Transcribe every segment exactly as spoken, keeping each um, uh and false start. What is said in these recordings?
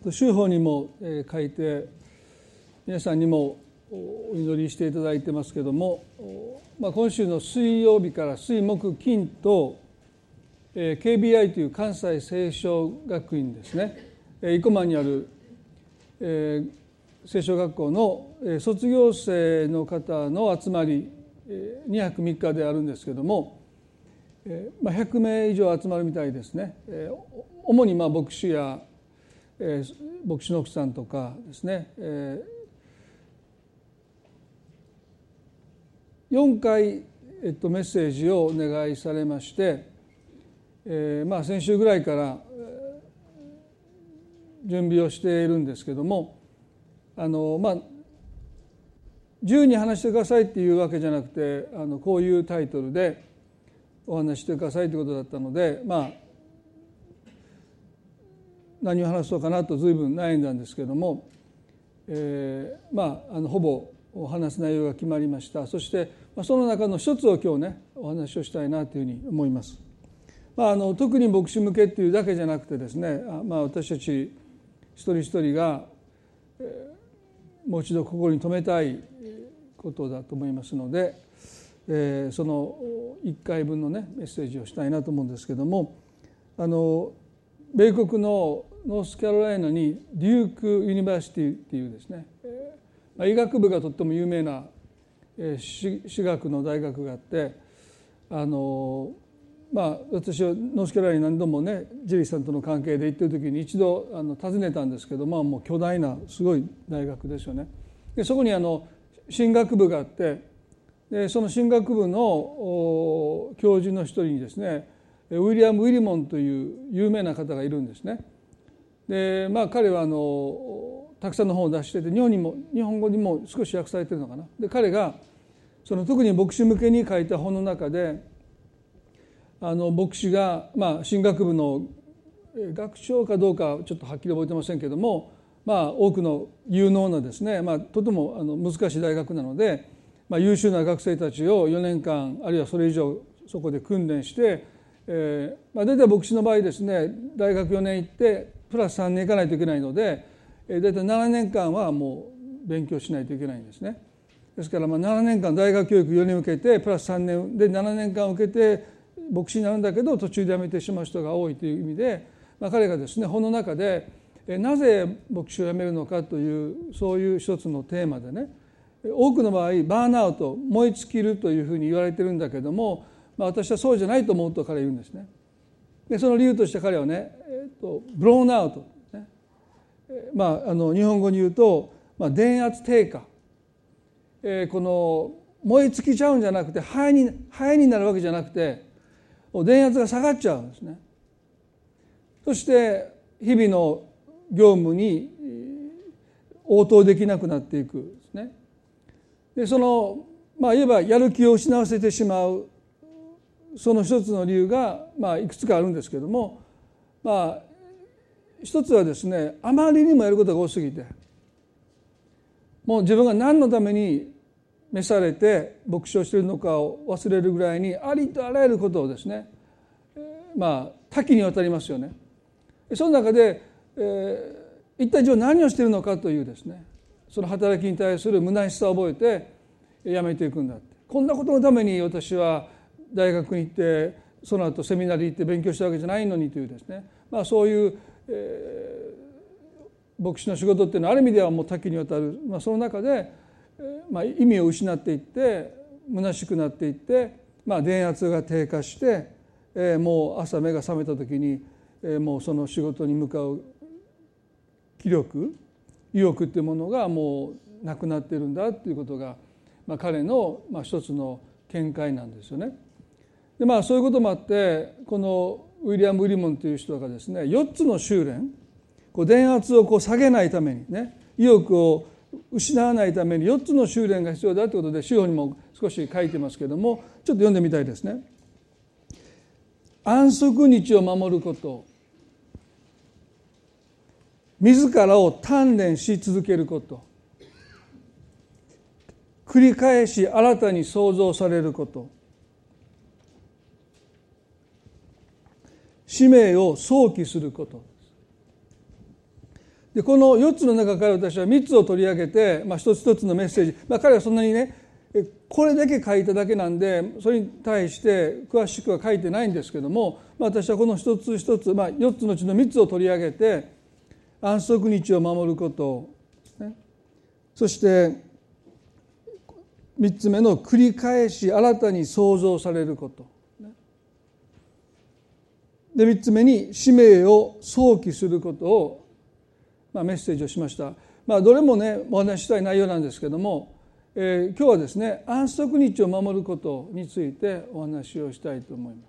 週報にも書いて皆さんにもお祈りしていただいてますけども、まあ、今週の水曜日から水木金と ケービーアイ という関西聖書学院ですね、生駒にある聖書学校の卒業生の方の集まりにはくみっかであるんですけども、まあ、ひゃくめい以上集まるみたいですね。主にまあ牧師や牧師の奥さんとかですね、よんかい、えっと、メッセージをお願いされまして、えーまあ、先週ぐらいから準備をしているんですけども、あのまあ自由に話してくださいっていうわけじゃなくて、あのこういうタイトルでお話してくださいということだったので、まあ何を話そうかなと随分悩んだんですけども、えー、まああのほぼ話す内容が決まりました。そしてその中の一つを今日ねお話をしたいなというふうに思います。まあ、あの特に牧師向けっていうだけじゃなくてですね、まあ、私たち一人一人が、えー、もう一度心に留めたいことだと思いますので、えー、そのいっかいぶんのねメッセージをしたいなと思うんですけども、あの米国のノースカロライナにデュークユニバーシティっていうですね、まあ、医学部がとっても有名な私学の大学があって、あのまあ私はノースカロライナに何度もねジェリーさんとの関係で行っている時に一度あの訪ねたんですけど、まあもう巨大なすごい大学ですよね。でそこにあの神学部があって、でその神学部の教授の一人にですねウィリアム・ウィリモンという有名な方がいるんですね。でまあ彼はあのたくさんの本を出してて、日本にも日本語にも少し訳されてるのかな。で彼がその特に牧師向けに書いた本の中で、あの牧師が、まあ、神学部の学長かどうかちょっとはっきり覚えてませんけども、まあ、多くの有能なですね、まあ、とてもあの難しい大学なので、まあ、優秀な学生たちをよねんかんあるいはそれ以上そこで訓練して、えーまあ、大体牧師の場合ですね、大学よねん行ってプラスさんねん行かないといけないので、大体ななねんかんはもう勉強しないといけないんですね。ですからまあななねんかん大学教育よねん受けてプラスさんねんでななねんかん受けて牧師になるんだけど途中で辞めてしまう人が多いという意味で、まあ、彼がですね本の中でなぜ牧師を辞めるのかというそういう一つのテーマでね、多くの場合バーンアウト燃え尽きるというふうに言われてるんだけども、まあ、私はそうじゃないと思うと彼は言うんですね。でその理由として彼はね、えー、とブローンアウト、ね、まあ、あの日本語に言うと、まあ、電圧低下、えー、この燃え尽きちゃうんじゃなくて灰に灰になるわけじゃなくて電圧が下がっちゃうんですね。そして日々の業務に応答できなくなっていくですね。でそのまあ言えばやる気を失わせてしまうその一つの理由がまあいくつかあるんですけども、まあ一つはですね、あまりにもやることが多すぎて、もう自分が何のために召されて牧師をしているのかを忘れるぐらいにありとあらゆることをですね、まあ多岐にわたりますよね。その中で、えー、一体自分は何をしているのかというですね、その働きに対する虚しさを覚えてやめていくんだって。こんなことのために私は大学に行ってその後セミナーに行って勉強したわけじゃないのにというですね、まあそういう、えー、牧師の仕事っていうのはある意味ではもう多岐にわたる、まあ、その中でまあ、意味を失っていって虚しくなっていって、まあ、電圧が低下して、えー、もう朝目が覚めた時に、えー、もうその仕事に向かう気力意欲っていうものがもうなくなっているんだっていうことが、まあ、彼の、まあ、一つの見解なんですよね。で、まあ、そういうこともあってこのウィリアム・ウィリモンという人がですねよっつの修練、こう電圧をこう下げないためにね、意欲を失わないためによっつの修練が必要だということで資料にも少し書いてますけれども、ちょっと読んでみたいですね。安息日を守ること、自らを鍛錬し続けること、繰り返し新たに創造されること、使命を想起すること、 でこのよっつの中から私はみっつを取り上げて、まあ、一つ一つのメッセージ、まあ、彼はそんなにねこれだけ書いただけなんでそれに対して詳しくは書いてないんですけども、まあ、私はこの一つ一つ、まあ、よっつのうちのみっつを取り上げて安息日を守ることですね、そしてみっつめの繰り返し新たに創造されることで、みっつめに使命を想起することを、まあ、メッセージをしました。まあ、どれもねお話ししたい内容なんですけども、えー、今日はですね安息日を守ることについてお話をしたいと思います。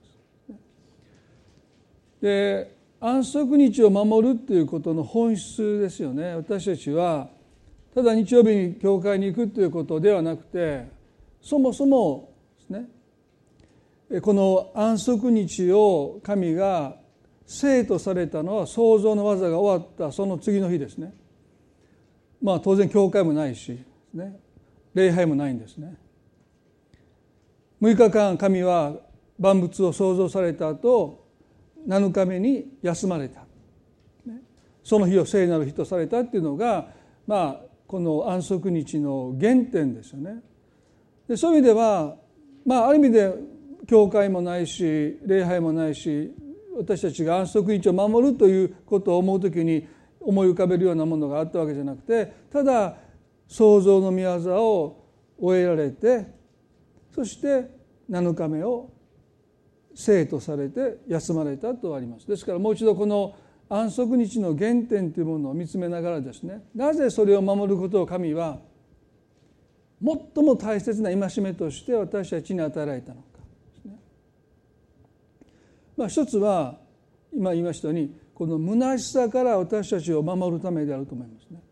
で安息日を守るということの本質ですよね。私たちはただ日曜日に教会に行くということではなくて、そもそもですねこの安息日を神が聖とされたのは創造の技が終わったその次の日ですね。まあ当然教会もないし、ね、礼拝もないんですね。むいかかん神は万物を創造された後なのかめに休まれた、ね、その日を聖なる日とされたっていうのが、まあ、この安息日の原点ですよね。でそういう意味では、まあ、ある意味で教会もないし礼拝もないし、私たちが安息日を守るということを思うときに思い浮かべるようなものがあったわけじゃなくて、ただ創造の御業を終えられて、そしてなのかめを聖とされて休まれたとあります。ですからもう一度この安息日の原点というものを見つめながらですね、なぜそれを守ることを神は最も大切な戒めとして私たちに与えられたのかですね。まあ一つは今言いましたようにこの虚しさから私たちを守るためであると思いますね。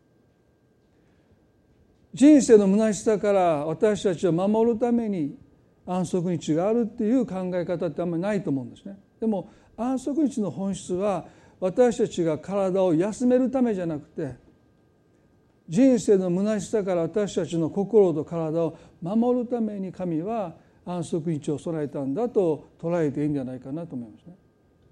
人生の虚しさから私たちを守るために安息日があるっていう考え方ってあんまりないと思うんですね。でも安息日の本質は私たちが体を休めるためじゃなくて、人生の虚しさから私たちの心と体を守るために神は安息日を備えたんだと捉えていいんじゃないかなと思いますね。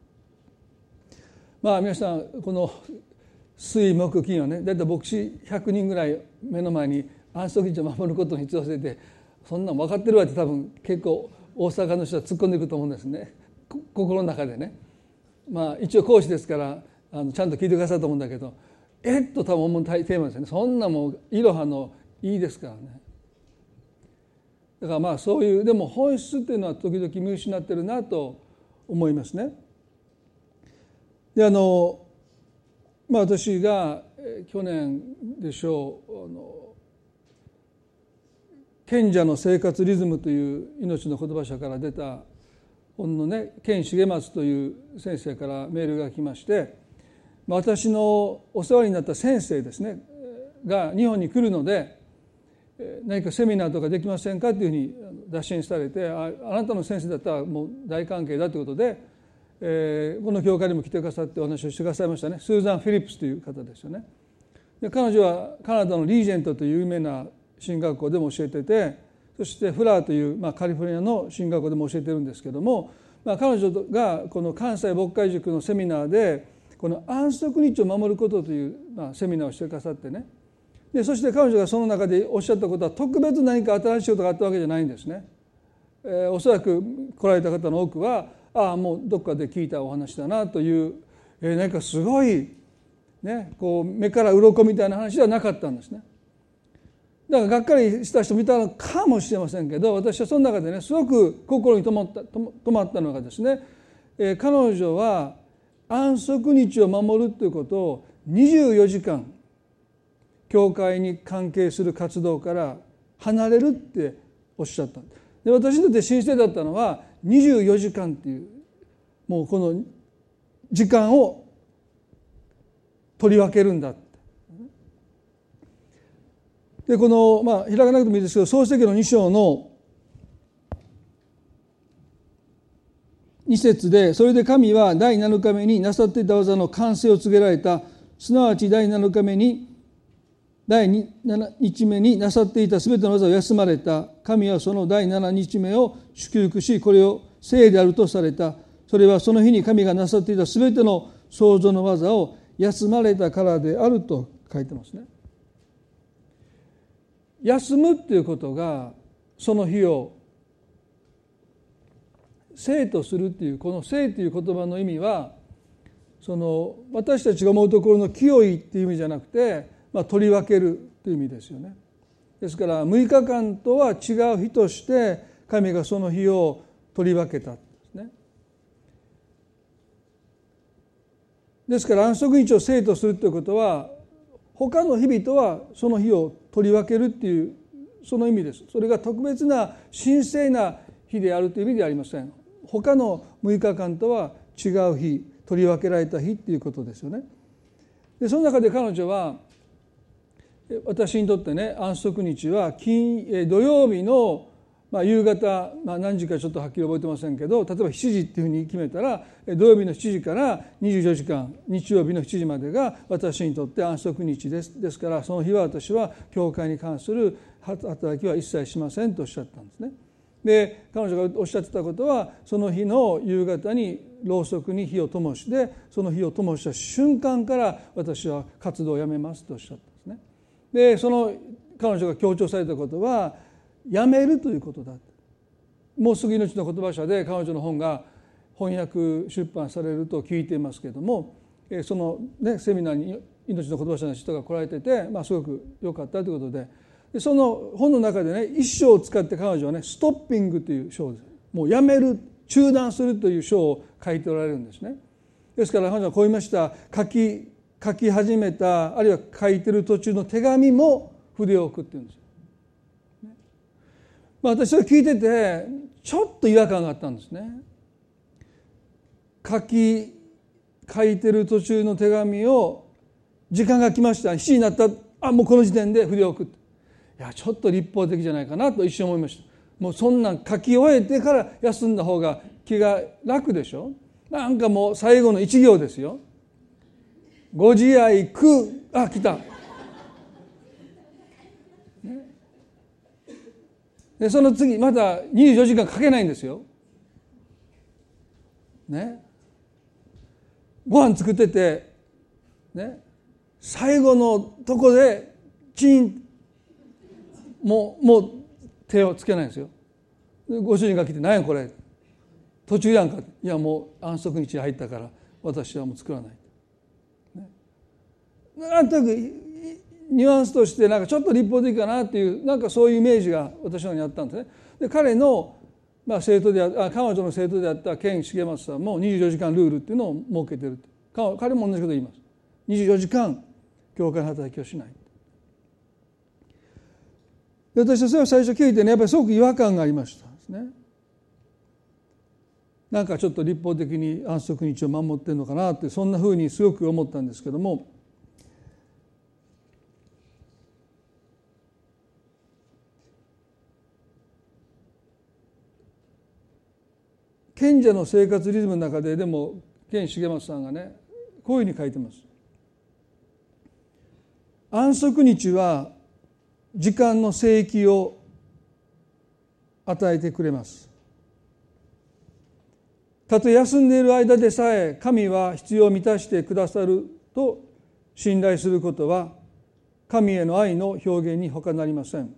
まあ皆さんこの水木金はね、だいたい牧師ひゃくにんぐらい目の前に安息日を守ることに必要性で、そんなん分かってるわって多分結構大阪の人は突っ込んでいくと思うんですね、心の中でね。まあ一応講師ですからあのちゃんと聞いてくださると思うんだけど、えっと多分思うテーマですよね。そんなもういろはのいいですからね。だからまあそういうでも本質っていうのは時々見失ってるなと思いますね。であのまあ私が去年でしょうあの賢者の生活リズムという命の言葉社から出た本のね、賢重松という先生からメールが来まして、私のお世話になった先生ですねが日本に来るので何かセミナーとかできませんかというふうに打診されて、 あ, あなたの先生だったらもう大関係だということで、えー、この教会にも来てくださってお話をしてくださいましたね。スーザン・フィリップスという方ですよね。で彼女はカナダのリージェントという有名な進学校でも教えてて、そしてフラーという、まあ、カリフォルニアの進学校でも教えてるんですけども、まあ、彼女がこの関西牧会塾のセミナーでこの安息日を守ることという、まあ、セミナーをしてくださってね、でそして彼女がその中でおっしゃったことは特別何か新しいことがあったわけじゃないんですね。えー、おそらく来られた方の多くはああもうどっかで聞いたお話だなという、えー、何かすごい、ね、こう目から鱗みたいな話ではなかったんですね。だからがっかりした人もいたのかもしれませんけど、私はその中でねすごく心に留まった、留まったのがですね、えー、彼女は安息日を守るということをにじゅうよじかん教会に関係する活動から離れるっておっしゃった。で私にとって神聖だったのはにじゅうよじかんっていうもうこの時間を取り分けるんだ。でこのまあ開かなくてもいいですけど、創世記のに章のに節で、それで神は第なのかめになさっていた技の完成を告げられた、すなわち第なのかめに第なな日目になさっていたすべての技を休まれた。神はその第なな日目を祝福し、これを聖であるとされた。それはその日に神がなさっていたすべての創造の技を休まれたからであると書いてますね。休むっていうことがその日を生とするっていう、この生という言葉の意味はその私たちが思うところの清いっていう意味じゃなくて、まあ、取り分けるという意味ですよね。ですからむいかかんとは違う日として神がその日を取り分けたんですね。ですから安息日を生とするということは他の日々とはその日を取り分けるっていうその意味です。それが特別な神聖な日であるという意味ではありません。他のむいかかんとは違う日、取り分けられた日っていうことですよね。でその中で彼女は私にとってね、安息日は金土曜日のまあ夕方、まあ、何時かちょっとはっきり覚えてませんけど、例えばしちじっていうふうに決めたら土曜日のしちじからにじゅうよじかん、日曜日のしちじまでが私にとって安息日です。ですからその日は私は教会に関する働きは一切しませんとおっしゃったんですね。で彼女がおっしゃってたことは、その日の夕方にろうそくに火を灯して、その火を灯した瞬間から私は活動をやめますとおっしゃったんですね。でその彼女が強調されたことはやめるということだ。もうすぐ命の言葉社で彼女の本が翻訳出版されると聞いていますけれども、その、ね、セミナーに命の言葉社の人が来られてて、まあ、すごく良かったということで、でその本の中でね、一章を使って彼女はねストッピングという章です。もうやめる、中断するという章を書いておられるんですね。ですから彼女はこう言いました。書き書き始めた、あるいは書いてる途中の手紙も筆を置くっていうんですよ。まあ、私それ聞いててちょっと違和感があったんですね。書き書いてる途中の手紙を時間が来ました、しちじになった、あもうこの時点で筆を置く。いやちょっと立法的じゃないかなと一瞬思いました。もうそんなん書き終えてから休んだ方が気が楽でしょ。なんかもう最後の一行ですよ。ご自愛く、あ来た、ね、でその次またにじゅうよじかん書けないんですよ、ね、ご飯作ってて、ね、最後のとこでチンもうもう手をつけないんですよ。ご主人が来て何やこれ途中やんか、いやもう安息日に入ったから私はもう作らない、ね、なんとなくニュアンスとしてなんかちょっと立法的かなっていうなんかそういうイメージが私の方にあったんですね。で彼のまあ生徒でああ彼女の生徒であったケン重松さんもにじゅうよじかんルールっていうのを設けてる。彼も同じこと言います。にじゅうよじかん教会の働きをしない。で私はそれを最初聞いてね、やっぱりすごく違和感がありましたですね。なんかちょっと立法的に安息日を守ってるのかなって、そんなふうにすごく思ったんですけども、賢者の生活リズムの中ででもケン重松さんがねこういうふうに書いてます。安息日は時間の聖域を与えてくれます。たとえ休んでいる間でさえ神は必要を満たしてくださると信頼することは神への愛の表現に他なりません。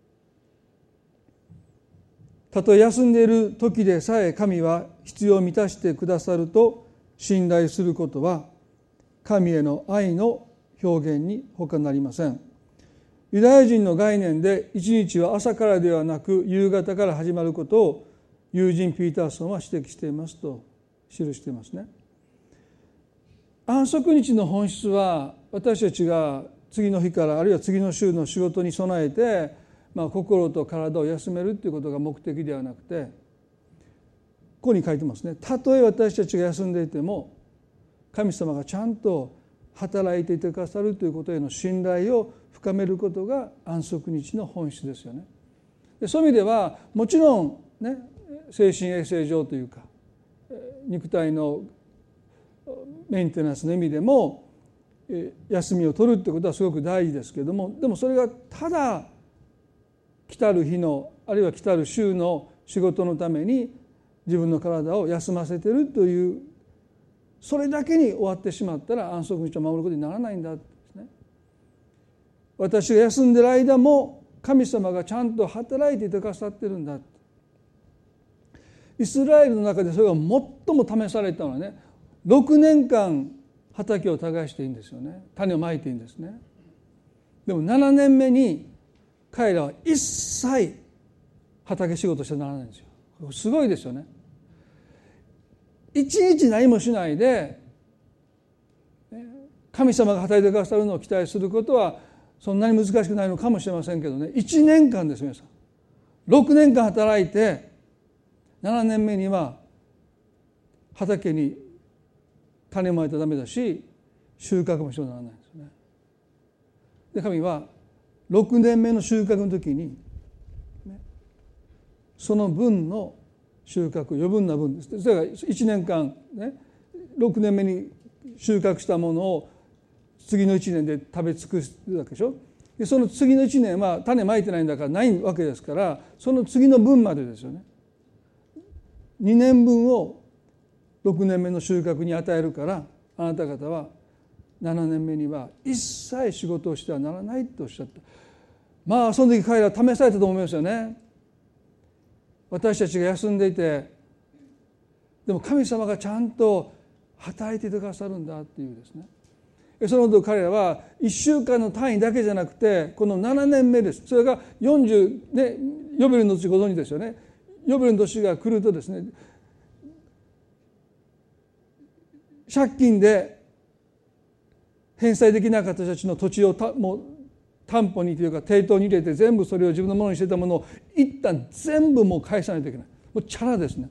たとえ休んでいる時でさえ神は必要を満たしてくださると信頼することは神への愛の表現に他なりません。ユダヤ人の概念で一日は朝からではなく夕方から始まることを友人ピーターソンは指摘していますと記していますね。安息日の本質は私たちが次の日からあるいは次の週の仕事に備えて、まあ、心と体を休めるということが目的ではなくて、ここに書いてますね。たとえ私たちが休んでいても神様がちゃんと働いていてくださるということへの信頼を深めることが安息日の本質ですよね。でそういう意味ではもちろんね、精神衛生上というか肉体のメンテナンスの意味でも休みを取るということはすごく大事ですけれども、でもそれがただ来たる日のあるいは来たる週の仕事のために自分の体を休ませているというそれだけに終わってしまったら安息日を守ることにならないんだですね。私が休んでいる間も神様がちゃんと働いていてくださってるんだ。イスラエルの中でそれが最も試されたのはね、ろくねんかん畑を耕していいんですよね。種をまいていいんですね。でもななねんめに彼らは一切畑仕事してならないんですよ。すごいですよね。一日何もしないで神様が働いてくださるのを期待することはそんなに難しくないのかもしれませんけどね、いちねんかんです皆さん。ろくねんかん働いてななねんめには畑に種もまいたらダメだし収穫もしなきゃならないんですよね。で神はろくねんめの収穫の時に、ね、その分の収穫余分な分です。それからいちねんかん、ね、ろくねんめに収穫したものを次のいちねんで食べ尽くすわけでしょ。でその次のいちねんは種まいてないんだからないわけですから、その次の分までですよね。にねんぶんをろくねんめの収穫に与えるから、あなた方はななねんめには一切仕事をしてはならないとおっしゃった。まあその時彼らは試されたと思いますよね。私たちが休んでいて、でも神様がちゃんと働いていてくださるんだっていうですね。その後彼らはいっしゅうかんの単位だけじゃなくて、このななねんめです。それがよんじゅう、ね、ヨベルの年ご存知ですよね。ヨベルの年が来るとですね、借金で返済できなかった人たちの土地をたもう担保にというか抵当に入れて、全部それを自分のものにしてたものを一旦全部もう返さないといけない。もうチャラですね。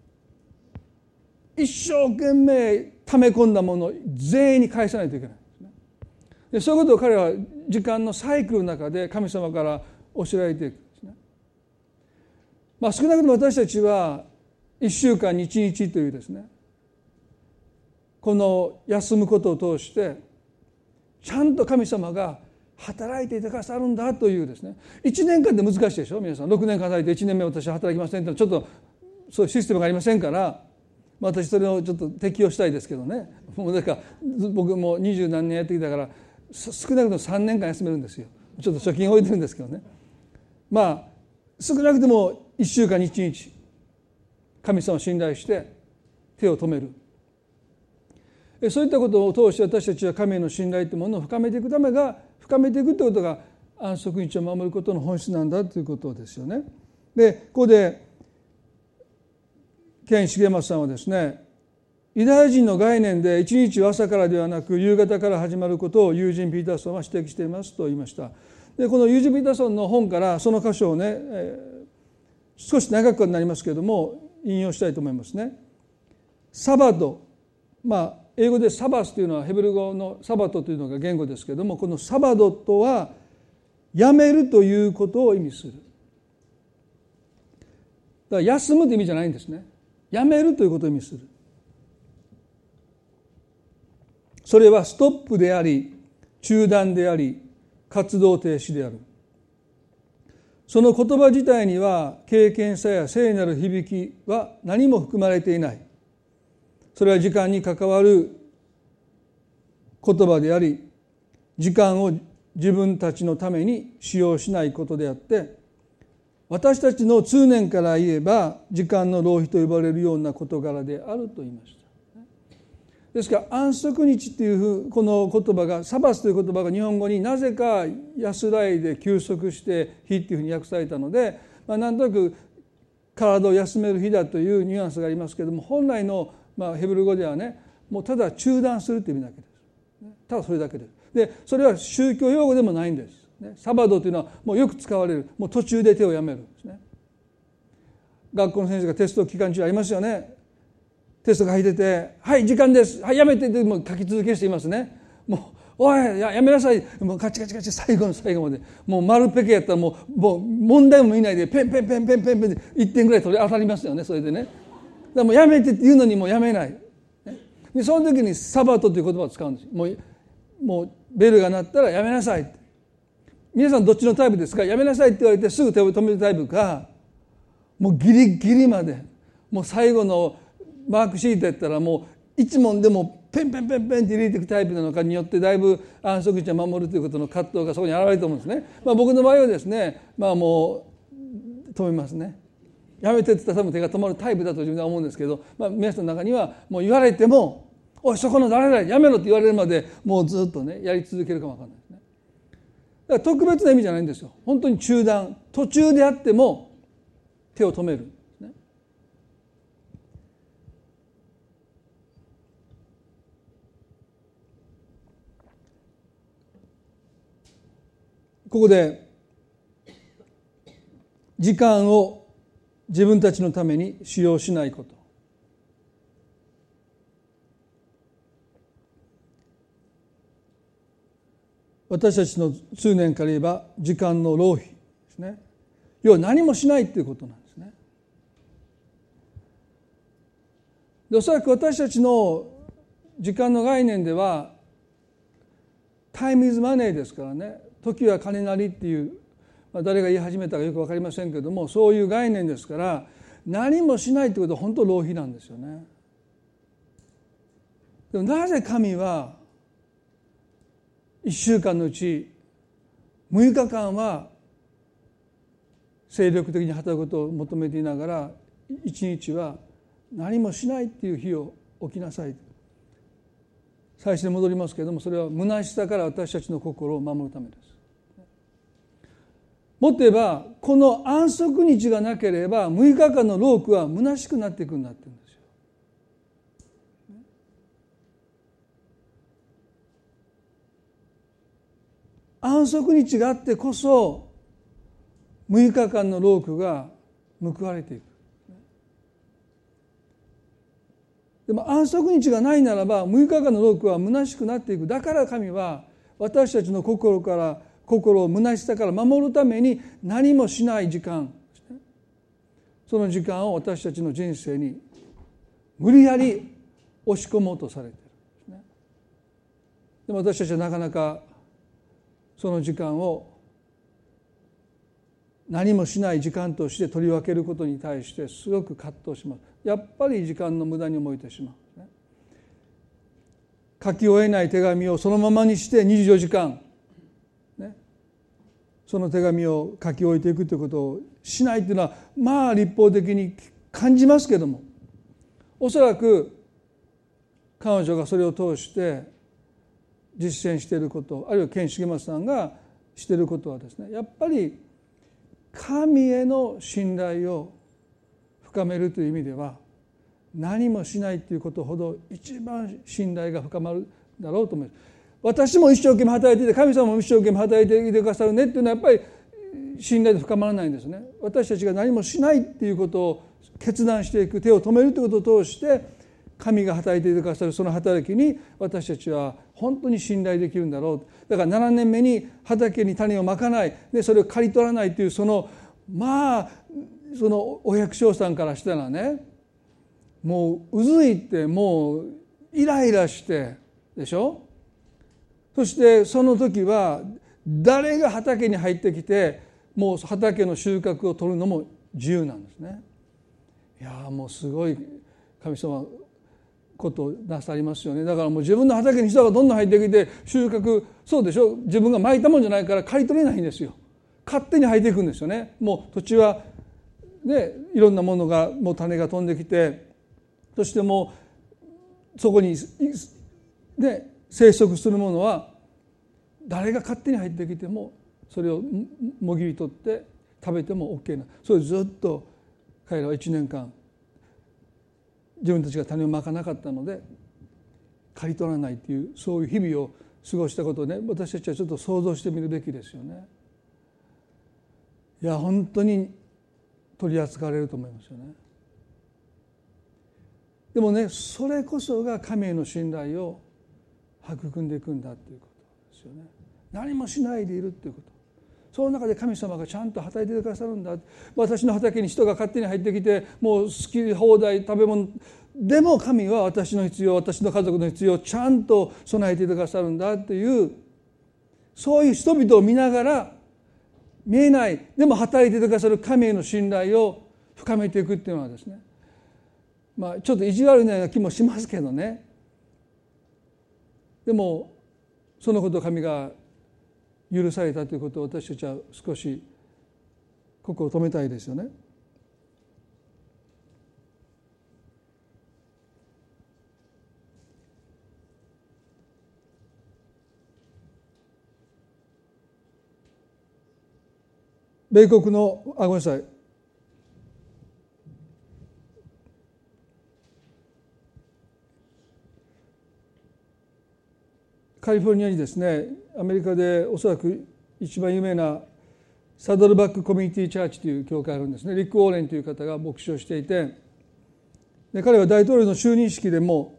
一生懸命溜め込んだものを全員に返さないといけないですね。でそういうことを彼は時間のサイクルの中で神様から教えられていくんですね。まあ少なくとも私たちはいっしゅうかんにいちにちというですね、この休むことを通してちゃんと神様が働いていてくださるんだというですね。いちねんかんで難しいでしょ皆さん。ろくねんかん働いていちねんめ私は働きませんってちょっとそういうシステムがありませんから、私それをちょっと適用したいですけどね。もうだから僕も二十何年やってきたから少なくともさんねんかん休めるんですよ。ちょっと貯金置いてるんですけどね。まあ少なくともいっしゅうかんにいちにち神様を信頼して手を止める。そういったことを通して私たちは神への信頼というものを深めていくためが深めていくということが安息日を守ることの本質なんだということですよね。でここでケン重松さんはですね、ユダヤ人の概念で一日は朝からではなく夕方から始まることをユージン・ピーターソンは指摘していますと言いました。でこのユージン・ピーターソンの本からその箇所をね、えー、少し長くなりますけれども引用したいと思いますね。サバド、まあ英語でサバスというのはヘブル語のサバトというのが言語ですけれども、このサバドとはやめるということを意味する。だから休むという意味じゃないんですね。やめるということを意味する。それはストップであり中断であり活動停止である。その言葉自体には経験さや聖なる響きは何も含まれていない。それは時間に関わる言葉であり、時間を自分たちのために使用しないことであって、私たちの通念から言えば時間の浪費と呼ばれるような事柄であると言いました。ですから安息日っていうこの言葉が、サバスという言葉が日本語になぜか安らいで休息して日っていうふうに訳されたので、まあ、なんとなく体を休める日だというニュアンスがありますけれども、本来のまあヘブル語ではね、もうただ中断するという意味だけです。ただそれだけです。でそれは宗教用語でもないんです。サバドというのはもうよく使われる、もう途中で手をやめるんですね。学校の先生がテスト期間中ありますよね。テストが入ってて、はい時間です、はいやめてってもう書き続ける人いますね。もうおい や, やめなさい、もうカチカチカチ最後の最後まで、もう丸ペケやったらもうもう問題も見ないでペンペンペンペンペンペンでいってんぐらい取り当たりますよね。それでね、だからもうやめてって言うのにもうやめない。でその時にサバトという言葉を使うんです。もうもうベルが鳴ったらやめなさいって。皆さんどっちのタイプですか？やめなさいって言われてすぐ手を止めるタイプか、もうギリギリまで、もう最後のマークシートやったらもう一問でもペンペンペンペンって入れていくタイプなのかによってだいぶ安息日を守るということの葛藤がそこに現れると思うんですね。まあ、僕の場合はですね、まあもう止めますね。やめてって言ったら多分手が止まるタイプだと自分では思うんですけど、まあ、皆さんの中にはもう言われてもおいそこの誰々やめろって言われるまでもうずっとねやり続けるかもわかんないですね。だから特別な意味じゃないんですよ。本当に中断、途中であっても手を止めるんですね。ここで時間を自分たちのために使用しないこと、私たちの通念から言えば時間の浪費ですね。要は何もしないということなんですね。でおそらく私たちの時間の概念ではタイムイズマネーですからね、時は金なりっていう、まあ、誰が言い始めたかよく分かりませんけれども、そういう概念ですから何もしないということは本当浪費なんですよね。でもなぜ神はいっしゅうかんのうちむいかかんは精力的に働くことを求めていながらいちにちは何もしないっていう日を置きなさい。最初に戻りますけれども、それは虚しさから私たちの心を守るためです。もっと言えばこの安息日がなければむいかかんの労苦は虚しくなっていくんだって言うんですよ。安息日があってこそむいかかんの労苦が報われていく。でも安息日がないならばむいかかんの労苦は虚しくなっていく。だから神は私たちの心から心を虚しさから守るために何もしない時間、その時間を私たちの人生に無理やり押し込もうとされている。でも私たちはなかなかその時間を何もしない時間として取り分けることに対してすごく葛藤します。やっぱり時間の無駄に思えてしまう、ね、書き終えない手紙をそのままにしてにじゅうよじかん、ね、その手紙を書き終えていくということをしないというのはまあ立法的に感じますけども、おそらく彼女がそれを通して実践していること、あるいはケン重松さんがしていることはですね、やっぱり神への信頼を深めるという意味では何もしないということほど一番信頼が深まるだろうと思います。私も一生懸命働いていて神様も一生懸命働いていてくださるねっていうのはやっぱり信頼で深まらないんですね。私たちが何もしないっていうことを決断していく、手を止めるということを通して神が働いていてくださるその働きに私たちは本当に信頼できるんだろう。だからななねんめに畑に種をまかないでそれを刈り取らないというそのまあそのお百姓さんからしたらね、もううずいてもうイライラしてでしょ。そしてその時は誰が畑に入ってきてもう畑の収穫を取るのも自由なんですね。いやもうすごい神様ことをなさりますよね。だからもう自分の畑に人がどんどん入ってきて収穫、そうでしょ、自分がまいたもんじゃないから刈り取れないんですよ。勝手に入っていくんですよね。もう土地はね、いろんなものがもう種が飛んできて、そしてもうそこに、ね、生息するものは誰が勝手に入ってきてもそれをもぎり取って食べても OK な、それをずっと彼らはいちねんかん自分たちが種をまかなかったので刈り取らないというそういう日々を過ごしたことをね、私たちはちょっと想像してみるべきですよね。いや本当に取り扱われると思いますよね。でもね、それこそが神への信頼を育んでいくんだということですよね。何もしないでいるということ、その中で神様がちゃんと働いてくださるんだ。私の畑に人が勝手に入ってきてもう好き放題食べ物でも神は私の必要、私の家族の必要をちゃんと備えてくださるんだという、そういう人々を見ながら見えないでも働いてくださる神への信頼を深めていくっていうのはですね、まあちょっと意地悪なような気もしますけどね、 でもそのことを神が許されたということを私たちは少し心を止めたいですよね。米国のあごめんなさいカリフォルニアにですね、アメリカでおそらく一番有名なサドルバックコミュニティチャーチという教会があるんですね。リック・ウォーレンという方が牧師をしていて、で彼は大統領の就任式でも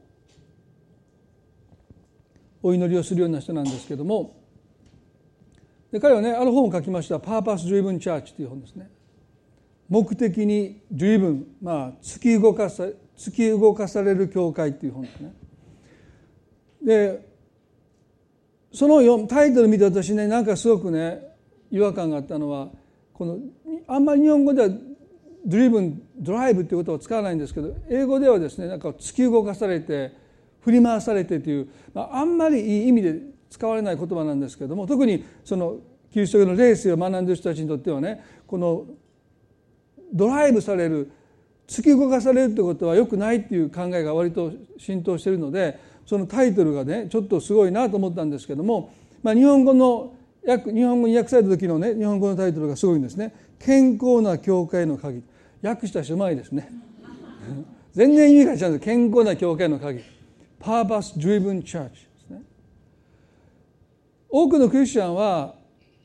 お祈りをするような人なんですけども、で彼はね、ある本を書きました。パーパス・ドリブン・チャーチという本ですね。目的にドリブン、まあ突き動かさ突き動かされる教会という本ですね。でそのタイトルを見て私ね、なんかすごくね違和感があったのは、このあんまり日本語ではドリブン、ドライブということを使わないんですけど、英語ではですね、なんか突き動かされて振り回されてという、まあ、あんまりいい意味で使われない言葉なんですけども、特にそのキリスト教の霊性を学んでいる人たちにとってはね、このドライブされる、突き動かされるということは良くないっていう考えが割と浸透しているので、そのタイトルがねちょっとすごいなと思ったんですけども、まあ、日本語の訳日本語に訳された時のね日本語のタイトルがすごいんですね。健康な教会の鍵。訳した人うまいですね。全然意味が違うんです。健康な教会の鍵。Purpose Driven Church ですね。多くのクリスチャンは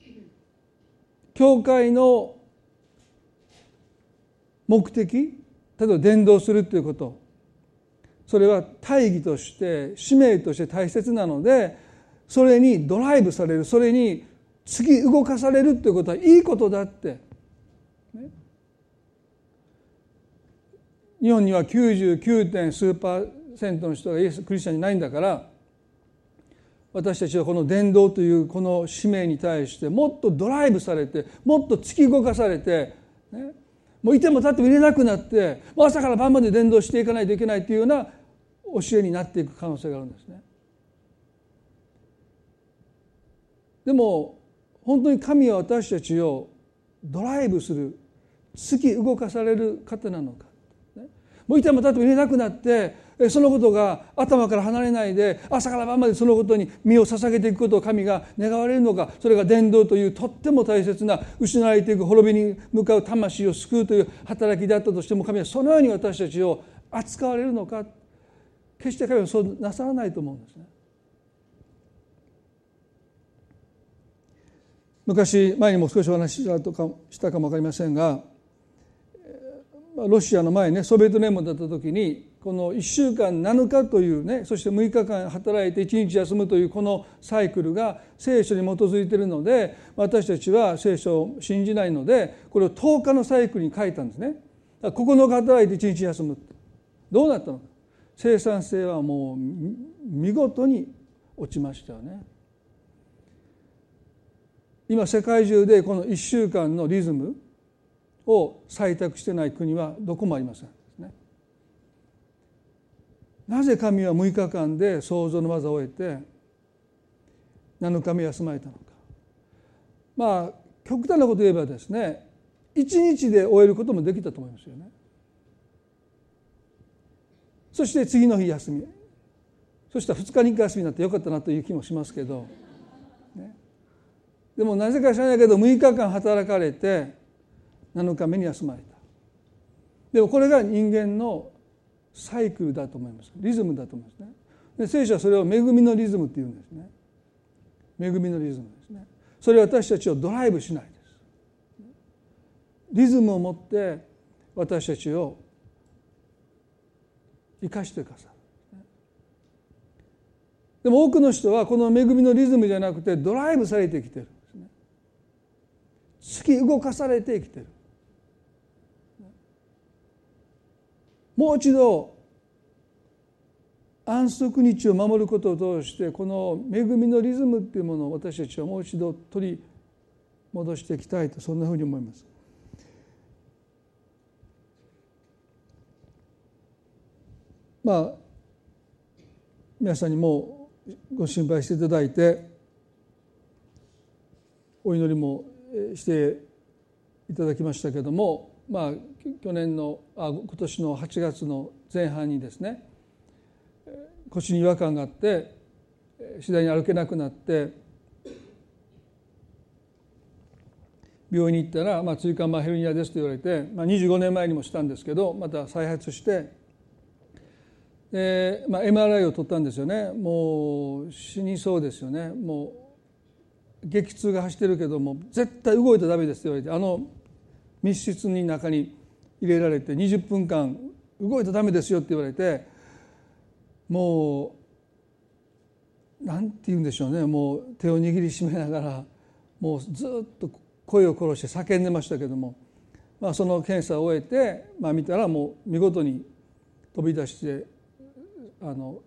教会の目的、例えば伝道するということ、それは大義として使命として大切なので、それにドライブされる、それに突き動かされるということはいいことだって、ね、日本には きゅうじゅうきゅう. 点数パーセントの人がイエスクリスチャンにないんだから、私たちはこの伝道というこの使命に対してもっとドライブされて、もっと突き動かされて、ね、もういても立ってもいれなくなって、朝から晩まで伝道していかないといけないというような教えになっていく可能性があるんですね。でも本当に神は私たちをドライブする、突き動かされる方なのか、ね、もういても立ってもいれなくなってそのことが頭から離れないで朝から晩までそのことに身を捧げていくことを神が願われるのか、それが伝道というとっても大切な失われていく滅びに向かう魂を救うという働きであったとしても、神はそのように私たちを扱われるのか、決して神はそうなさらないと思うんですね。昔前にも少しお話ししたかしたかも分かりませんが、ロシアの前ねソビエト連盟だった時に、このいっしゅうかんなのかというね、そしてむいかかん働いていちにち休むというこのサイクルが聖書に基づいているので、私たちは聖書を信じないので、これをとおかのサイクルに書いたんですね。ここのか働いていちにち休む。どうなったのか。生産性はもう見事に落ちましたよね。今世界中でこのいっしゅうかんのリズムを採択してない国はどこもありません。なぜ神はむいかかんで創造の技を終えてなのかめ休まれたのか。まあ極端なことを言えばですね、いちにちで終えることもできたと思いますよね。そして次の日休み、そしたらふつかにいっかい休みになってよかったなという気もしますけど、ね、でもなぜか知らないけどむいかかん働かれてなのかめに休まれた。でもこれが人間のサイクルだと思います。リズムだと思いますね。で聖書はそれを恵みのリズムっていうんですね。恵みのリズムですね。それは私たちをドライブしないです。リズムを持って私たちを生かしてください。でも多くの人はこの恵みのリズムじゃなくてドライブされてきてるんですね。突き動かされてきてる。もう一度安息日を守ることを通してこの恵みのリズムっていうものを私たちはもう一度取り戻していきたいと、そんなふうに思います。まあ皆さんにもご心配していただいてお祈りもしていただきましたけども、まあ去年のあ今年のはちがつの前半にですね、腰に違和感があって次第に歩けなくなって病院に行ったら、まあ、椎間板ヘルニアですと言われて、まあ、にじゅうごねんまえにもしたんですけどまた再発してで、まあ、エムアールアイ を取ったんですよね。もう死にそうですよね。もう激痛が走ってるけども絶対動いたらダメですと言われて、あの密室に中に入れられてにじゅっぷんかん動いたらダメですよって言われて、もうなんて言うんでしょうね、もう手を握りしめながらもうずっと声を殺して叫んでましたけども、まあ、その検査を終えて、まあ、見たらもう見事に飛び出してあの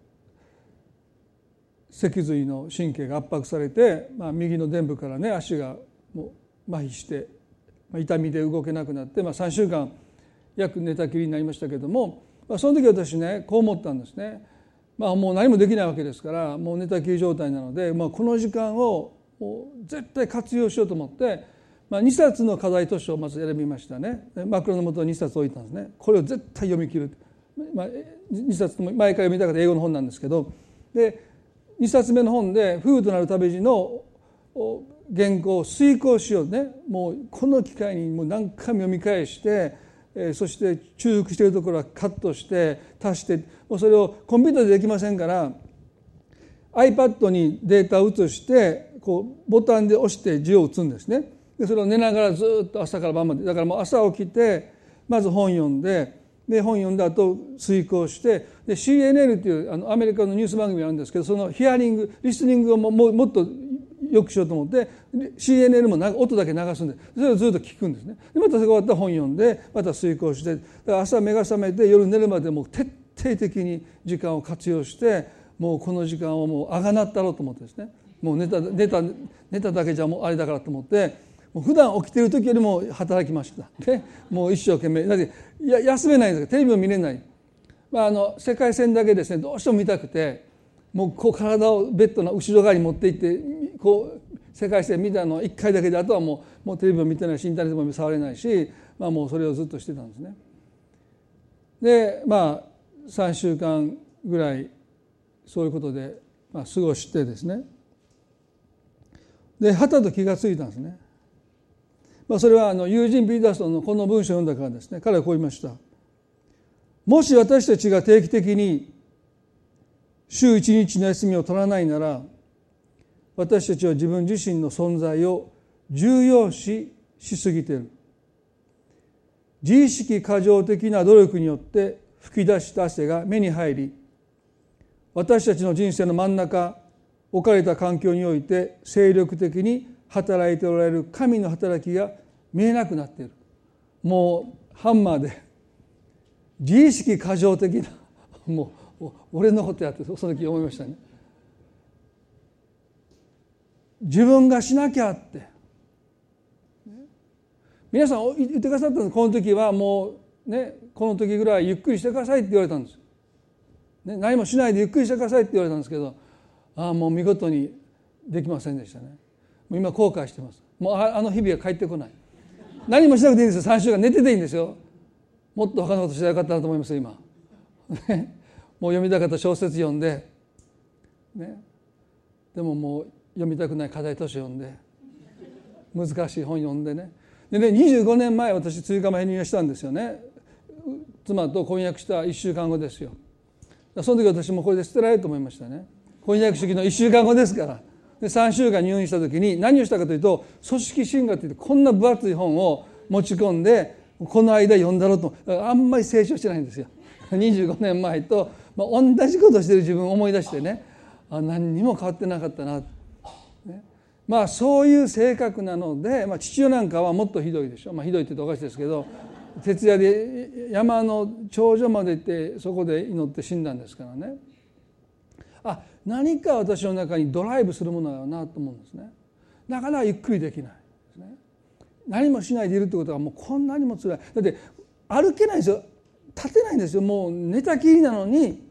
脊髄の神経が圧迫されて、まあ、右の臀部からね足がもう麻痺して、まあ、痛みで動けなくなって、まあ、さんしゅうかん約寝たきりになりましたけども、まあ、その時私ねこう思ったんですね。まあ、もう何もできないわけですからもう寝たきり状態なので、まあ、この時間をもう絶対活用しようと思って、まあ、にさつの課題図書をまず選びましたね。枕の元ににさつ置いたんですね。これを絶対読み切る、まあ、にさつとも前から読みたかった英語の本なんですけど、でにさつめの本で夫婦となる旅路の原稿を遂行しようね。もうこの機会にもう何回も読み返して、えー、そして重複しているところはカットして足して、もうそれをコンピューターでできませんから iPad にデータを移してこうボタンで押して字を打つんですね。でそれを寝ながらずっと朝から晩まで、だからもう朝起きてまず本読んで、で本読んだ後遂行して、で シーエヌエヌ というあのアメリカのニュース番組があるんですけど、そのヒアリングリスニングをもももっとよくしようと思って シーエヌエヌ も音だけ流すんで、それをずっと聞くんですね。でまたそれが終わったら本読んでまた遂行して、だから朝目が覚めて夜寝るまでもう徹底的に時間を活用して、もうこの時間をもうあがなったろうと思ってですね、もう寝た寝た寝ただけじゃもうあれだからと思って、もう普段起きている時よりも働きました。でもう一生懸命だってや休めないんですからテレビも見れない、まあ、あの世界戦だけですねどうしても見たくて、もうこう体をベッドの後ろ側に持っていってこう世界戦見たのいっかいだけで、あとはもう、もうテレビも見てないしインターネットも触れないし、まあ、もうそれをずっとしてたんですね。でまあさんしゅうかんぐらいそういうことで、まあ、過ごしてですね、ではたと気がついたんですね。まあ、それはあの友人ピーターソンのこの文章を読んだからですね。彼はこう言いました。もし私たちが定期的に週一日の休みを取らないなら、私たちは自分自身の存在を重要視しすぎている。自意識過剰的な努力によって吹き出した汗が目に入り、私たちの人生の真ん中、置かれた環境において精力的に働いておられる神の働きが見えなくなっている。もうハンマーで自意識過剰的な、もう俺のことやってその時思いましたね。自分がしなきゃって、皆さん言ってくださったので、この時はもうね、この時ぐらいゆっくりしてくださいって言われたんです、ね、何もしないでゆっくりしてくださいって言われたんですけど、ああもう見事にできませんでしたね。もう今後悔してます。もうあの日々は帰ってこない。何もしなくていいんですよ。さんしゅうかん寝てていいんですよ。もっと他のことしたらよかったなと思います今ね、もう読みたかった小説読んで、ね、でももう読みたくない課題図書読んで、難しい本読んでね。でね、にじゅうごねんまえ私椎間板ヘルニアしたんですよね。妻と婚約したいっしゅうかんごですよ。その時私もこれで捨てられると思いましたね。婚約式のいっしゅうかんごですから。でさんしゅうかん入院した時に何をしたかというと、組織神学といってこんな分厚い本を持ち込んで、この間読んだろうと。あんまり成長してないんですよ。にじゅうごねんまえと、まあ、同じことをしている自分を思い出してね、あ何にも変わってなかったな、ね、まあそういう性格なので、まあ、父親なんかはもっとひどいでしょ、まあ、ひどいって言うとおかしいですけど、徹夜で山の頂上まで行ってそこで祈って死んだんですからね。あ、何か私の中にドライブするものだなと思うんですね。なかなかゆっくりできないですね。何もしないでいるってことはもうこんなにも辛い。だって歩けないんですよ。立てないんですよ。もう寝たきりなのに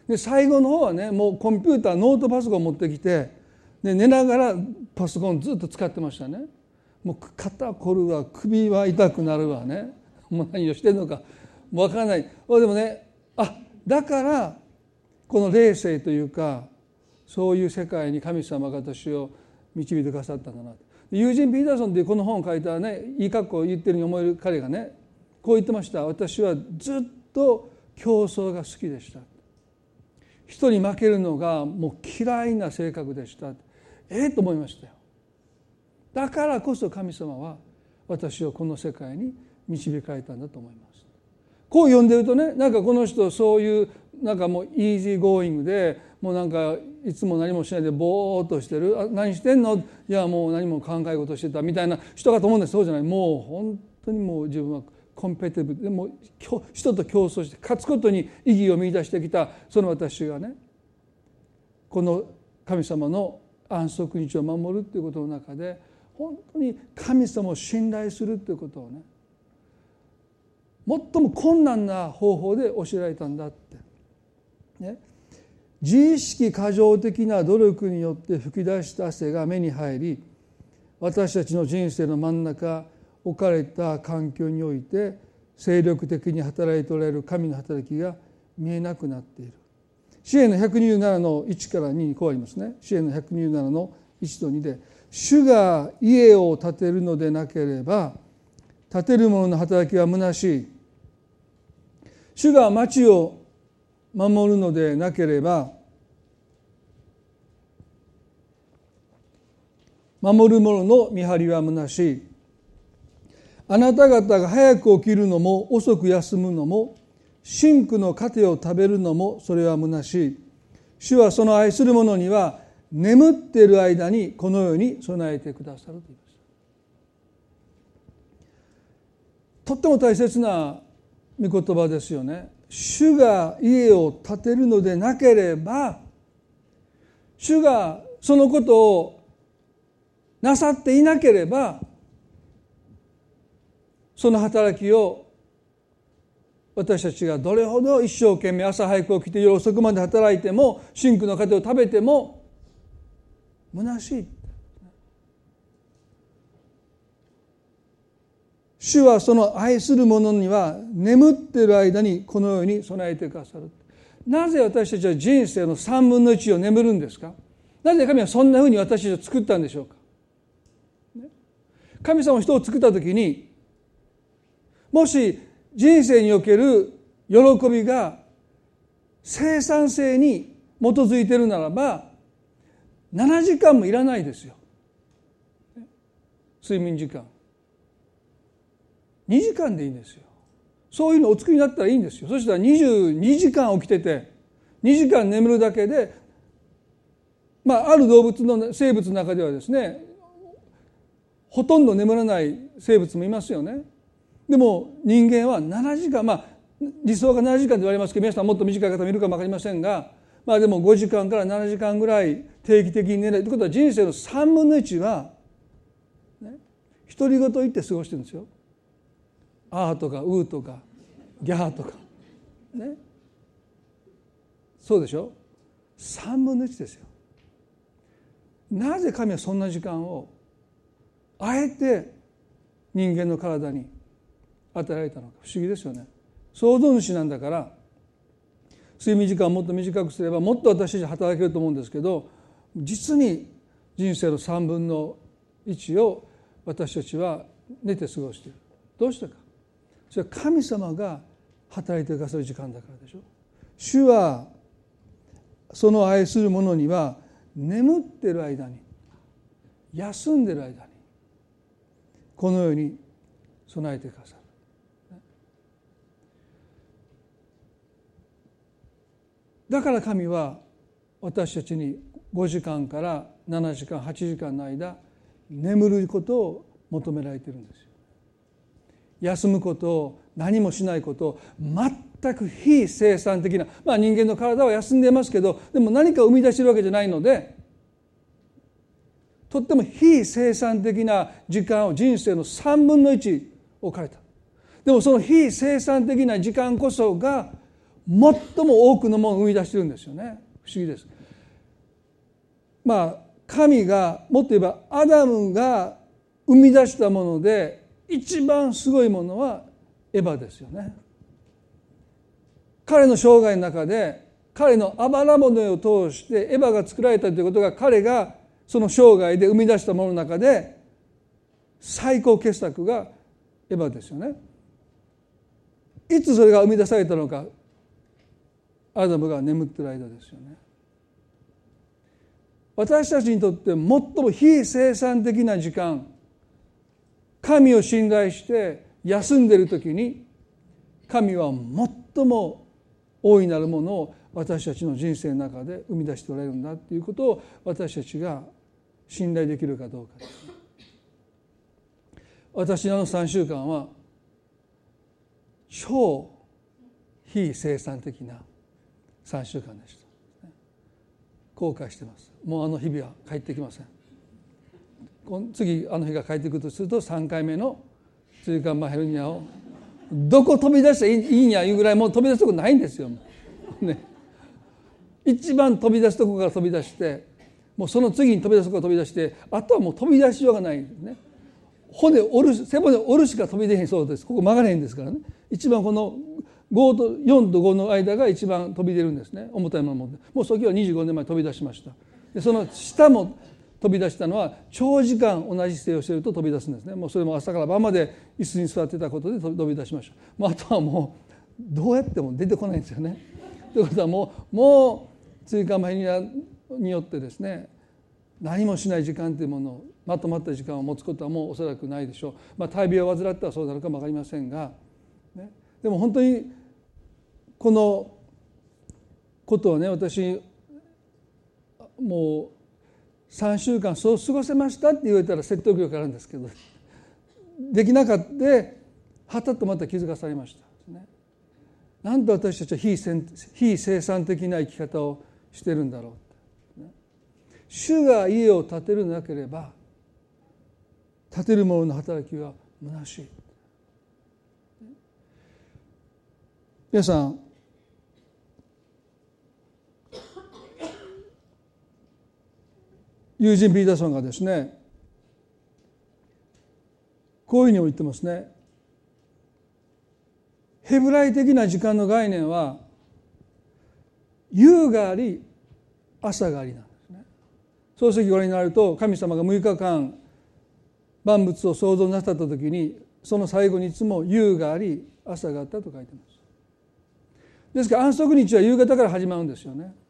で最後の方はね、もうコンピューターノートパソコン持ってきて、で寝ながらパソコンずっと使ってましたね。もう肩こるわ、首は痛くなるわね、もう何をしてるのか分からない。でもね、あ、だからこの霊性というか、そういう世界に神様が私を導いてくださったんだなと。ユージン・ピーターソンというこの本を書いたね、いい格好を言ってるように思える彼がね、こう言ってました。私はずっと競争が好きでした。人に負けるのがもう嫌いな性格でした。ええと思いましたよ。だからこそ神様は私をこの世界に導かれたんだと思います。こう読んでるとね、なんかこの人そういうなんかもうイージーゴーイングで、もうなんかいつも何もしないでぼーっとしてる、あ、何してんの、いやもう何も考え事してたみたいな人かと思うんです。そうじゃない。もう本当にもう自分はコンペティブで、もう人と競争して勝つことに意義を見出してきたその私がね、この神様の安息日を守るということの中で、本当に神様を信頼するということをね、最も困難な方法で教えられたんだって、ね、自意識過剰的な努力によって吹き出した汗が目に入り、私たちの人生の真ん中置かれた環境において精力的に働いておられる神の働きが見えなくなっている。詩篇のひゃくにじゅうななのいちからににこうありますね。詩篇のひゃくにじゅうななのいちとにで、主が家を建てるのでなければ建てる者の働きは虚しい。主が町を守るのでなければ守る者の見張りは虚しい。あなた方が早く起きるのも遅く休むのも真紅の糧を食べるのもそれは虚しい。主はその愛する者には眠っている間にこのように備えてくださると言います。とっても大切な御言葉ですよね。主が家を建てるのでなければ、主がそのことをなさっていなければ、その働きを私たちがどれほど一生懸命朝早く起きて夜遅くまで働いても、真紅の糧を食べても虚しい。主はその愛する者には眠っている間にこのように備えてくださる。なぜ私たちは人生の三分の一を眠るんですか？なぜ神はそんなふうに私たちを作ったんでしょうか？神様は人を作ったときに、もし人生における喜びが生産性に基づいているならば、ななじかんもいらないですよ。睡眠時間にじかんでいいんですよ。そういうのをお作りになったらいいんですよ。そしたらにじゅうにじかん起きててにじかん眠るだけで、まあある動物の生物の中ではですね、ほとんど眠らない生物もいますよね。でも人間はななじかん、まあ理想がななじかんと言われますけど、皆さんもっと短い方もいるかも分かりませんが、まあでもごじかんからななじかんぐらい定期的に寝ないということは、人生のさんぶんのいちは、ね、独り言言って過ごしてるんですよ。あーとかうーとかギャーとかね、そうでしょ。さんぶんのいちですよ。なぜ神はそんな時間をあえて人間の体に与えられたのか、不思議ですよね。創造主なんだから、睡眠時間をもっと短くすればもっと私たち働けると思うんですけど、実に人生のさんぶんのいちを私たちは寝て過ごしている。どうしてか。それは神様が働いてくださる時間だからでしょ。主はその愛する者には眠っている間に、休んでいる間にこのように備えてくださる。だから神は私たちにごじかんからななじかんはちじかんの間眠ることを求められているんですよ。休むことを、何もしないことを、全く非生産的な、まあ人間の体は休んでいますけど、でも何か生み出しているわけじゃないので、とっても非生産的な時間を人生のさんぶんのいち置かれた。でもその非生産的な時間こそが最も多くのものを生み出しているんですよね。不思議です。まあ神が、もっと言えばアダムが生み出したもので一番すごいものはエヴァですよね。彼の生涯の中で、彼のあばら骨を通してエヴァが作られたということが、彼がその生涯で生み出したものの中で最高傑作がエヴァですよね。いつそれが生み出されたのか、アダムが眠っている間ですよね。私たちにとって最も非生産的な時間、神を信頼して休んでいるときに、神は最も大いなるものを私たちの人生の中で生み出しておられるんだということを、私たちが信頼できるかどうかです。私のあのさんしゅうかんは超非生産的なさんしゅうかんでした。後悔してます。もうあの日々は帰ってきません。次あの日が帰ってくるとすると、さんかいめの椎間板ヘルニアをどこ飛び出していいんやいうぐらい、もう飛び出すとこないんですよ、ね、一番飛び出すとこから飛び出して、もうその次に飛び出すとこから飛び出して、あとはもう飛び出しようがないんですね。骨折る、背骨折るしか飛び出へんそうです。ここ曲がれへんですからね。一番このごとよんとごの間が一番飛び出るんですね。重たいもの持って、もう時はにじゅうごねんまえ飛び出しました。でその下も飛び出したのは、長時間同じ姿勢をしていると飛び出すんですね。もうそれも朝から晩まで椅子に座ってたことで飛び出しました。もうあとはもうどうやっても出てこないんですよね。ということはもうもう椎間板ヘルニアによってですね、何もしない時間というものを、まとまった時間を持つことはもうおそらくないでしょう。まあ大病を患ったらそうなるかも分かりませんが、ね、でも本当にこのことをね、私もうさんしゅうかんそう過ごせましたって言われたら説得力あるんですけど、できなかったはたっとまた気づかされました、ね、なんと私たちは非非生産的な生き方をしているんだろう、ね、主が家を建てるなければ建てる者の働きは虚しい。皆さん、ユージン・ピーターソンがですね、こういうふうに言ってますね。ヘブライ的な時間の概念は夕があり朝がありなんですね。創世記ご覧になると、神様がむいかかん万物を創造なさった時に、その最後にいつも夕があり朝があったと書いています。ですから安息日は夕方から始まるんですよね。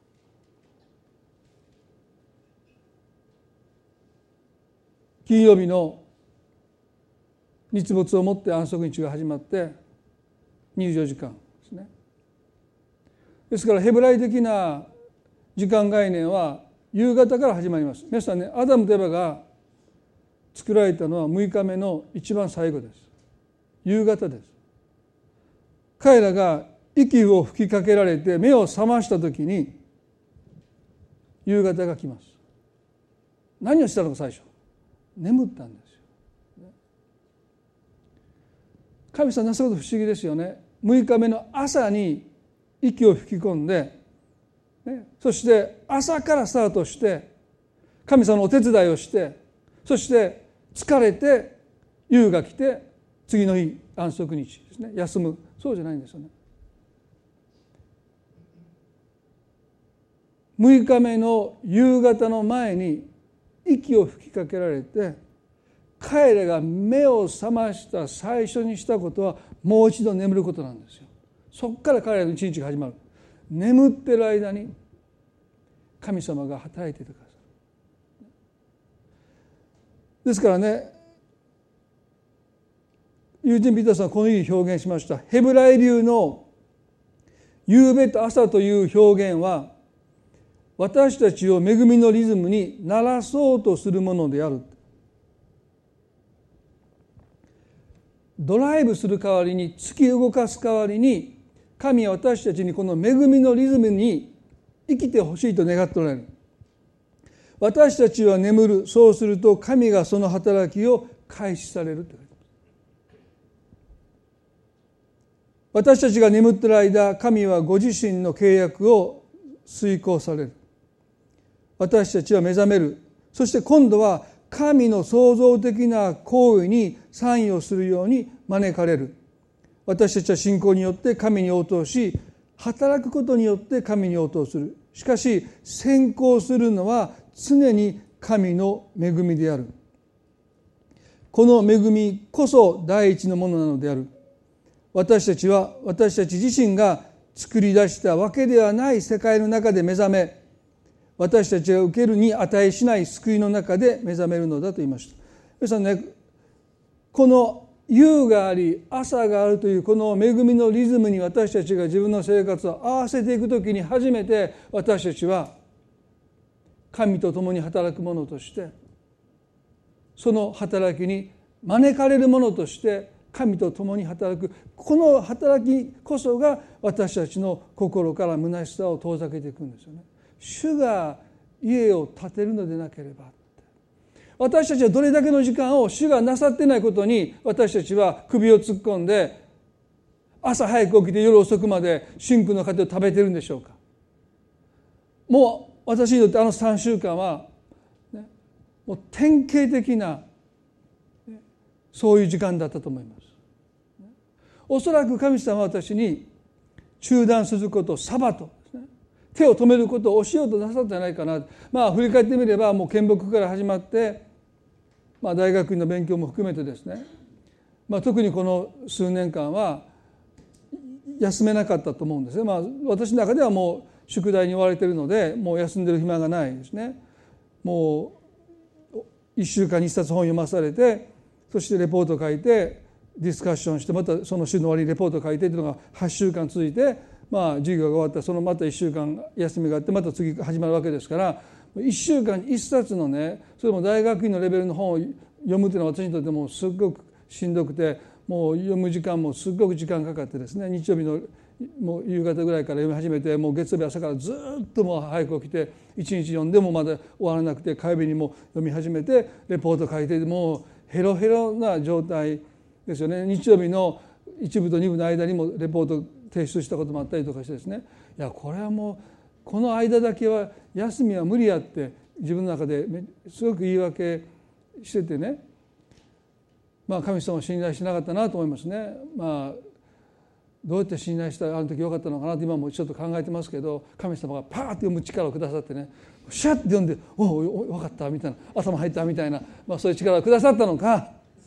金曜日の日没をもって安息日が始まってにじゅうよじかんですね。ですからヘブライ的な時間概念は夕方から始まります。皆さんね、アダムとエバが作られたのはむいかめの一番最後です。夕方です。彼らが息を吹きかけられて目を覚ましたときに夕方が来ます。何をしたのか、最初眠ったんですよ。神様なさること不思議ですよね。むいかめの朝に息を吹き込んで、ね、そして朝からスタートして神様のお手伝いをして、そして疲れて夕が来て次の日安息日ですね、休む。そうじゃないんですよね。むいかめの夕方の前に息を吹きかけられて、彼らが目を覚ました最初にしたことはもう一度眠ることなんですよ。そこから彼らの一日が始まる。眠ってる間に神様が働いていてくださる。ですからね、ユージン・ピーターさんはこのように表現しました。ヘブライ流の夕べと朝という表現は、私たちを恵みのリズムに慣らそうとするものである。ドライブする代わりに、突き動かす代わりに、神は私たちにこの恵みのリズムに生きてほしいと願っておられる。私たちは眠る。そうすると神がその働きを開始されるという。 私たちが眠っている間、神はご自身の契約を遂行される。私たちは目覚める。そして今度は神の創造的な行為に参与するように招かれる。私たちは信仰によって神に応答し、働くことによって神に応答する。しかし先行するのは常に神の恵みである。この恵みこそ第一のものなのである。私たちは私たち自身が作り出したわけではない世界の中で目覚め、私たちが受けるに値しない救いの中で目覚めるのだと言いました。皆さんね、この夕があり朝があるというこの恵みのリズムに私たちが自分の生活を合わせていくときに、初めて私たちは神と共に働く者として、その働きに招かれる者として神と共に働く、この働きこそが私たちの心から虚しさを遠ざけていくんですよね。主が家を建てるのでなければ、私たちはどれだけの時間を主がなさってないことに私たちは首を突っ込んで、朝早く起きて夜遅くまで真空の糧を食べてるんでしょうか。もう私にとってあのさんしゅうかんは、ね、もう典型的なそういう時間だったと思います。おそらく神様は私に中断することをサバトですね、手を止めることを教えようとなさったんじゃないかな。まあ振り返ってみれば、もう見牧から始まって、まあ、大学院の勉強も含めてですね、まあ、特にこの数年間は休めなかったと思うんですね。まあ、私の中ではもう宿題に追われているので、もう休んでる暇がないですね。もういっしゅうかんにいっさつ本を読まされて、そしてレポートを書いてディスカッションして、またその週の終わりにレポートを書いてというのがはっしゅうかん続いて、まあ授業が終わったらそのまたいっしゅうかん休みがあって、また次始まるわけですから、いっしゅうかんにいっさつのね、それも大学院のレベルの本を読むというのは私にとってもすごくしんどくて、もう読む時間もすごく時間かかってですね、日曜日のもう夕方ぐらいから読み始めて、もう月曜日朝からずっともう早く起きて一日読んでもまだ終わらなくて、火曜日にも読み始めてレポート書いて、もうヘロヘロな状態ですよね。日曜日の一部と二部の間にもレポート提出したこともあったりとかしてですね、いやこれはもうこの間だけは休みは無理やって自分の中ですごく言い訳しててね、まあ神様を信頼しなかったなと思いますね。まあどうやって信頼したらあの時よかったのかなと今もちょっと考えてますけど、神様がパーッと読む力をくださってね、シャッと読んでおお分かったみたいな、頭入ったみたいな、まあ、そういう力をくださったのか、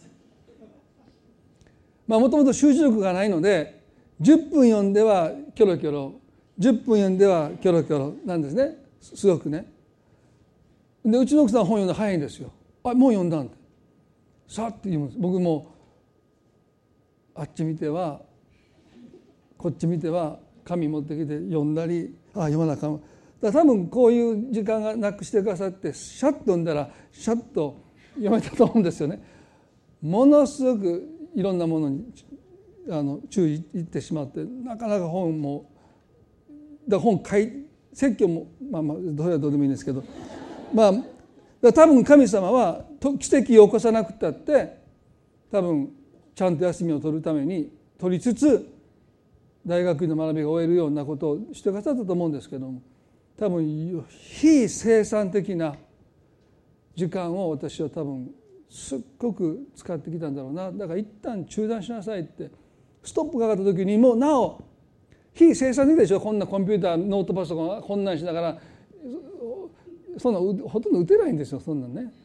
まあもともと集中力がないのでじゅっぷん読んではキョロキョロ、じゅっぷん読んではキョロキョロなんですね。すごくね。でうちの奥さんは本読んで早いんですよ。あもう読んだんってさって言うんです。僕もあっち見てはこっち見ては紙持ってきて読んだり、あ読まなあかん。だから多分こういう時間がなくしてくださって、シャッと読んだらシャッと読めたと思うんですよね。ものすごくいろんなものにあの注意いってしまって、なかなか本もだから本書い説教もまあまあどれはどうでもいいんですけど、まあだ多分神様は奇跡を起こさなくたって多分ちゃんと休みを取るために取りつつ大学院の学びが終えるようなことをしてくださったと思うんですけども、多分非生産的な時間を私は多分すっごく使ってきたんだろうな。だから一旦中断しなさいってストップかかった時にもうなお非生産的でしょ。こんなコンピューターノートパソコンこんなんしながらそんなほとんど打てないんですよ、そんなんね。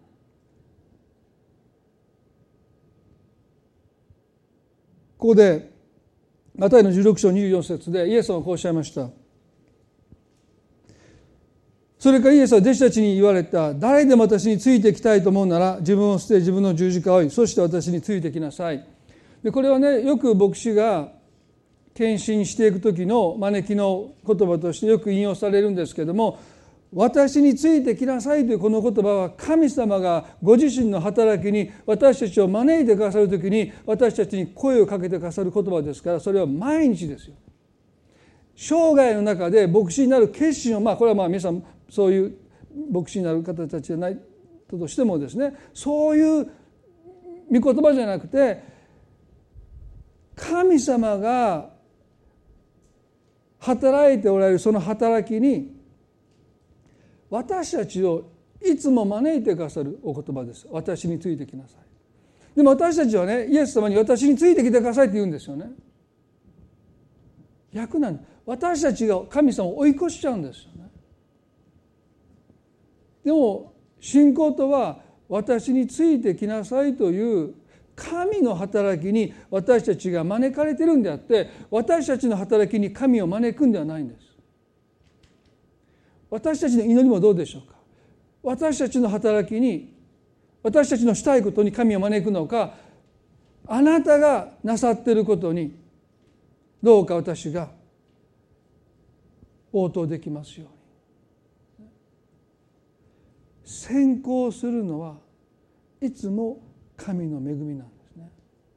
ここでマタイのじゅうろくしょうにじゅうよんせつでイエス様はこうおっしゃいました。それからイエスは弟子たちに言われた。誰でも私についてきたいと思うなら自分を捨て自分の十字架を追い、そして私についてきなさい。でこれはね、よく牧師が献身していく時の招きの言葉としてよく引用されるんですけれども、私についてきなさいというこの言葉は神様がご自身の働きに私たちを招いてくださるときに私たちに声をかけてくださる言葉ですから、それは毎日ですよ。生涯の中で牧師になる決心を、まあこれはまあ皆さんそういう牧師になる方たちじゃないとしてもですね、そういう御言葉じゃなくて神神様が働いておられるその働きに私たちをいつも招いてくださるお言葉です。私についてきなさい。でも私たちはね、イエス様に私についてきてくださいって言うんですよね。逆なんです。私たちが神様を追い越しちゃうんですよね。でも信仰とは私についてきなさいという神の働きに私たちが招かれているんであって、私たちの働きに神を招くんではないんです。私たちの祈りもどうでしょうか。私たちの働きに、私たちのしたいことに神を招くのか、あなたがなさっていることにどうか私が応答できますように。先行するのはいつも神の恵みなんですね。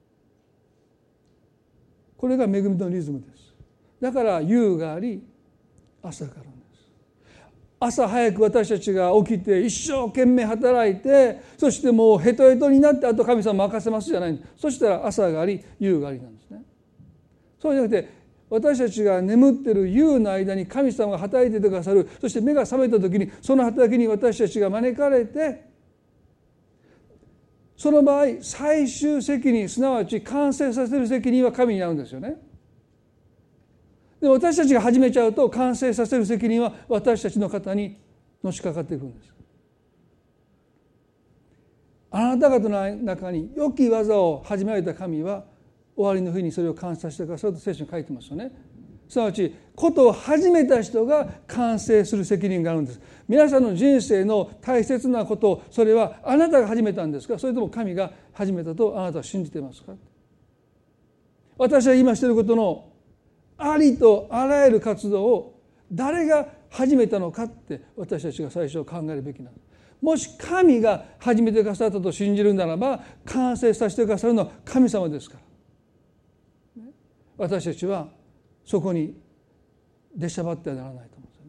これが恵みのリズムです。だから夕があり朝からです。朝早く私たちが起きて一生懸命働いて、そしてもうヘトヘトになって、あと神様任せますじゃないんです。そしたら朝があり夕がありなんですね。そうじゃなくて、私たちが眠っている夕の間に神様が働いていてくださる。そして目が覚めた時にその働きに私たちが招かれて、その場合最終責任、すなわち完成させる責任は神にあるんですよね。で私たちが始めちゃうと、完成させる責任は私たちの肩にのしかかっていくんです。あなた方の中に良き技を始められた神は終わりの日にそれを完成してくださると聖書に書いてますよね。すなわちことを始めた人が完成する責任があるんです。皆さんの人生の大切なこと、それはあなたが始めたんですか、それとも神が始めたとあなたは信じていますか。私は今していることのありとあらゆる活動を誰が始めたのかって私たちが最初考えるべきなんです。もし神が始めてくださったと信じるならば、完成させてくださるのは神様ですから、私たちはそこに出しゃばってはならないと思うん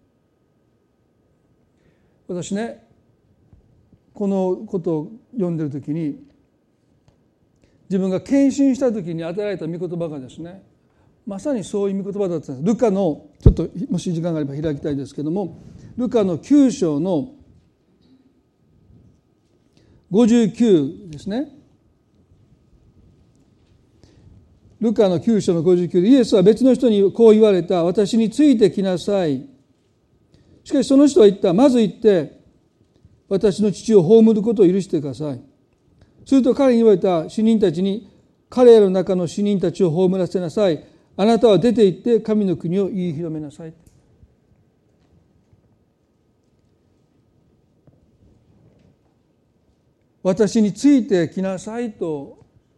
ですよね。私ね、このことを読んでる時に、自分が献身した時に与えられた御言葉がですね、まさにそういう御言葉だったんです。ルカの、ちょっともし時間があれば開きたいですけども、ルカのきゅう章のごじゅうきゅうですね。ルカのきゅう章のごじゅうきゅうで、イエスは別の人にこう言われた。私についてきなさい。しかしその人は言った。まず行って私の父を葬ることを許してください。すると彼に言われた死人たちに、彼らの中の死人たちを葬らせなさい。あなたは出て行って神の国を言い広めなさい。私についてきなさいと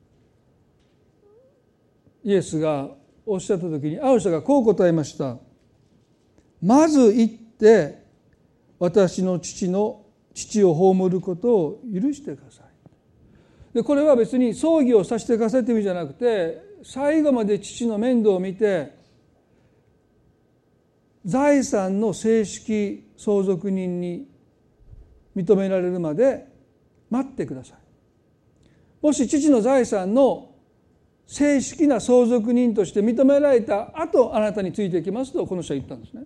イエスがおっしゃった時に、ある人がこう答えました。まず行って私の父の父を葬ることを許してください。でこれは別に葬儀をさせてくださいという意味じゃなくて、最後まで父の面倒を見て財産の正式相続人に認められるまで待ってください。もし父の財産の正式な相続人として認められた後、あなたについていきますとこの人は言ったんですね。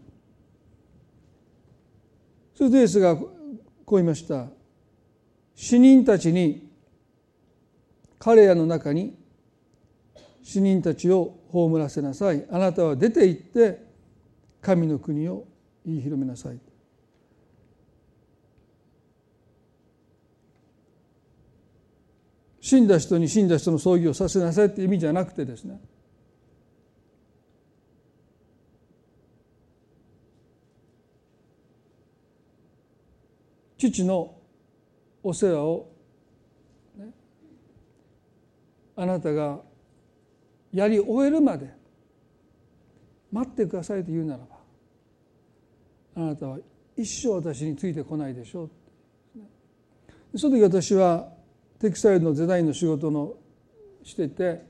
するとイエスがこう言いました。死人たちに、彼らの中に死人たちを葬らせなさい。あなたは出て行って神の国を言い広めなさい。死んだ人に死んだ人の葬儀をさせなさいって意味じゃなくてですね、父のお世話を、ね、あなたがやり終えるまで待ってくださいと言うならば、あなたは一生私についてこないでしょう。その時私はテキサイルのデザインの仕事のしてて、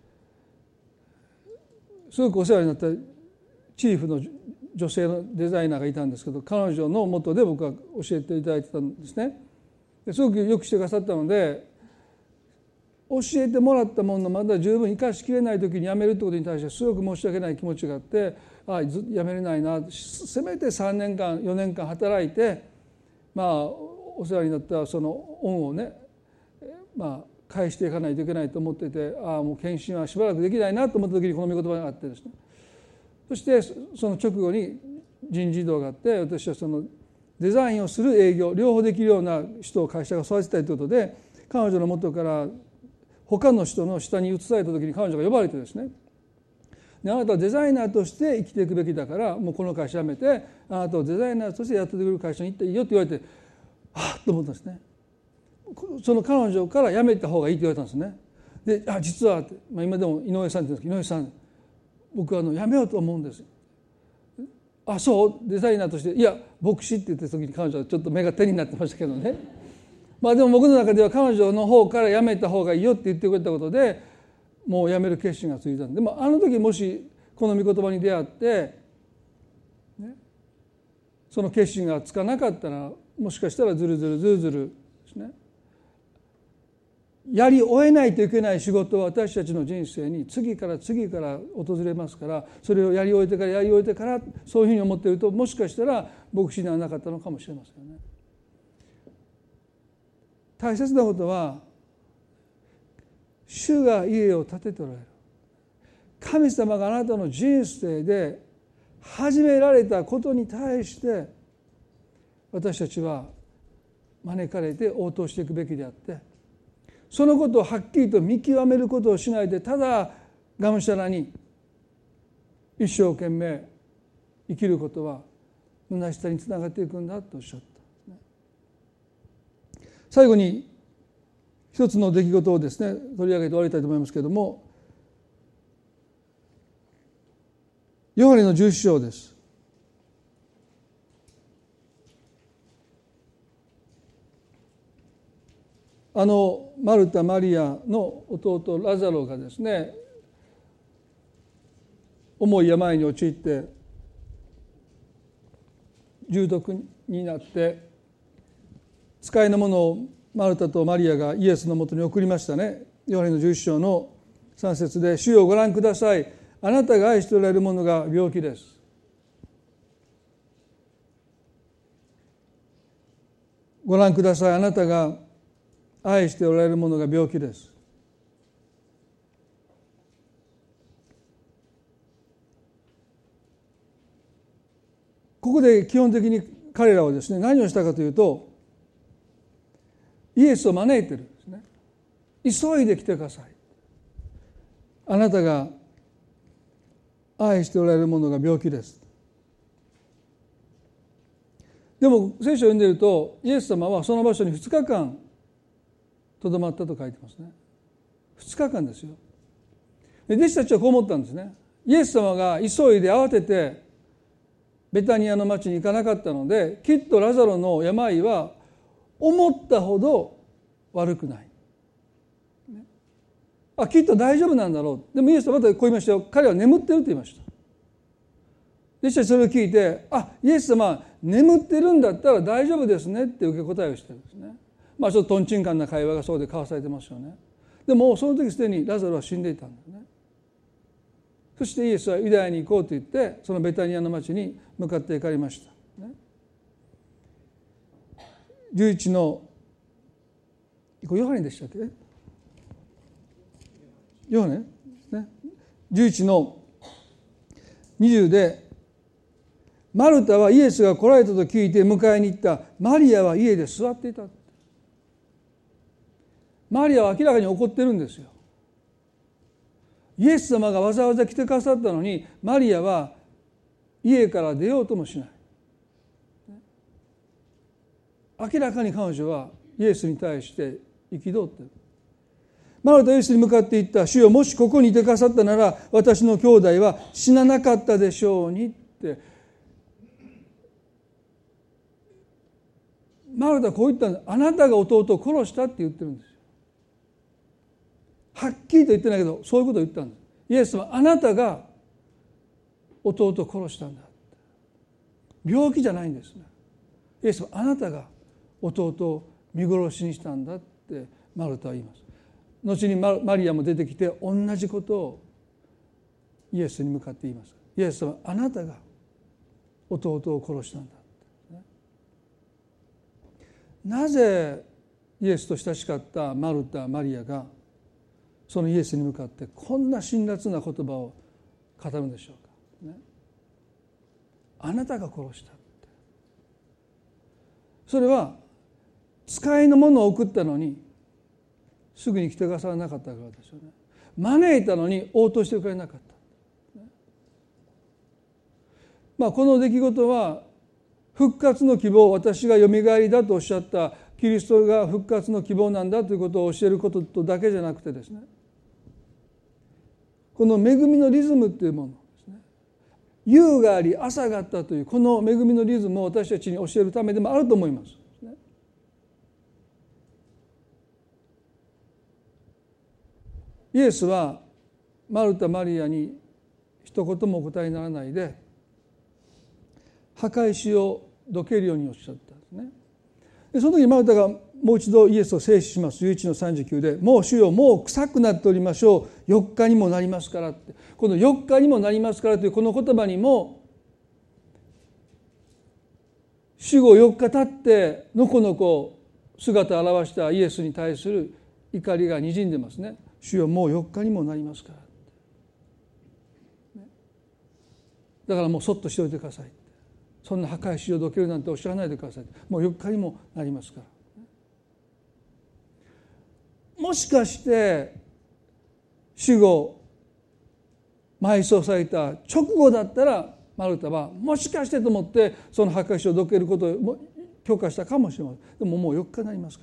すごくお世話になったチーフの女性のデザイナーがいたんですけど、彼女の下で僕は教えていただいてたんですね。ですごくよくしてくださったので、 教えてもらったものをまだ十分生かしきれない時に辞めるってことに対してすごく申し訳ない気持ちがあって、ああ辞めれないな、せめてさんねんかんよねんかん働いて、まあお世話になったその恩をね、まあ返していかないといけないと思ってて、ああもう献身はしばらくできないなと思った時にこの御言葉があってですね、そしてその直後に人事異動があって、私はそのデザインをする営業両方できるような人を会社が育てたいということで、彼女の元から他の人の下に移された時に彼女が呼ばれてですね、であなたはデザイナーとして生きていくべきだから、もうこの会社辞めてあなたをデザイナーとしてやってくれる会社に行っていいよって言われて、あっと思ったんですね。その彼女から辞めた方がいいって言われたんですね。で、あ実はって、まあ、今でも井上さんって言うんですけど、井上さん僕はあの辞めようと思うんです。あそうデザイナーとして、いや牧師って言ってた時に彼女はちょっと目が手になってましたけどね、まあでも僕の中では彼女の方から辞めた方がいいよって言ってくれたことでもう辞める決心がついたんで、もあの時もしこの御言葉に出会って、ね、その決心がつかなかったら、もしかしたらずるずるずるずるですね、やり終えないといけない仕事は私たちの人生に次から次から訪れますから、それをやり終えてからやり終えてからそういうふうに思っていると、もしかしたら牧師にならなかったのかもしれませんね。大切なことは、主が家を建てておられる。神様があなたの人生で始められたことに対して私たちは招かれて応答していくべきであって、そのことをはっきりと見極めることをしないで、ただがむしゃらに一生懸命生きることは虚しさにつながっていくんだとおっしゃった。最後に一つの出来事をですね取り上げて終わりたいと思いますけれども、ヨハネのじゅういち章です。あのマルタ・マリアの弟ラザロがですね、重い病に陥って重篤になって、使いの者をマルタとマリアがイエスのもとに送りましたね。ヨハネのじゅういち章のさん節で、主よご覧ください、あなたが愛しておられる者が病気です。ご覧ください、あなたが愛しておられる者が病気です。ここで基本的に彼らはですね、何をしたかというと、イエスを招いているんですね。急いで来てください、あなたが愛しておられる者が病気です。でも聖書を読んでいると、イエス様はその場所にふつかかんとどまったと書いてますね。ふつかかんですよ。で弟子たちはこう思ったんですね。イエス様が急いで慌ててベタニアの町に行かなかったので、きっとラザロの病は思ったほど悪くない、ね、あきっと大丈夫なんだろう。でもイエス様はまたこう言いましたよ。彼は眠ってると言いました。弟子たちそれを聞いて、あイエス様眠ってるんだったら大丈夫ですねって受け答えをしてるんですね。まあちょっととんちんかんな会話がそうで交わされてますよね。でもその時すでにラザロは死んでいたんですね。そしてイエスはユダヤに行こうと言って、そのベタニアの町に向かって行かれました、ね、じゅういちのこれヨハネでしたっけ、ヨハネ、ね、じゅういちのにじゅうで、マルタはイエスが来られたと聞いて迎えに行った。マリアは家で座っていた。マリアは明らかに怒ってるんですよ。イエス様がわざわざ来てくださったのに、マリアは家から出ようともしない。明らかに彼女はイエスに対して憤っている。マルタはイエスに向かって言った。主よ、もしここにいてくださったなら私の兄弟は死ななかったでしょうにって。マルタはこう言ったんです。あなたが弟を殺したって言ってるんですよ。はっきりと言ってないけどそういうことを言ったんです。イエスはあなたが弟を殺したんだ。病気じゃないんですね。イエスはあなたが弟を見殺しにしたんだってマルタは言います。 後にマリアも出てきて同じことをイエスに向かって言います。イエスはあなたが弟を殺したんだ。なぜイエスと親しかったマルタ、マリアがそのイエスに向かってこんな辛辣な言葉を語るんでしょうか、ね、あなたが殺したって。それは使いのものを送ったのにすぐに来てくださらなかったからですよね。招いたのに応答してくれなかった、ね。まあ、この出来事は復活の希望、私がよみがえりだとおっしゃったキリストが復活の希望なんだということを教えることとだけじゃなくてですね、この恵みのリズムっていうものですね、夕があり朝があったというこの恵みのリズムを私たちに教えるためでもあると思います。イエスはマルタ・マリアに一言もお答えにならないで墓石をどけるようにおっしゃったんですね。でその時マルタがもう一度イエスを制止します。じゅういちのさんじゅうきゅうで、もう主よ、もう臭くなっておりましょう、よっかにもなりますからって、このよっかにもなりますからというこの言葉にも死後よっか経ってのこのこ姿を現したイエスに対する怒りがにじんでますね。主よ、もうよっかにもなりますから、だからもうそっとしておいてください、そんな墓石をどけるなんておっしゃらないでください、もうよっかにもなりますから。もしかして死後埋葬された直後だったらマルタはもしかしてと思ってその墓石をどけることを許可したかもしれません。でももうよっかになりますから、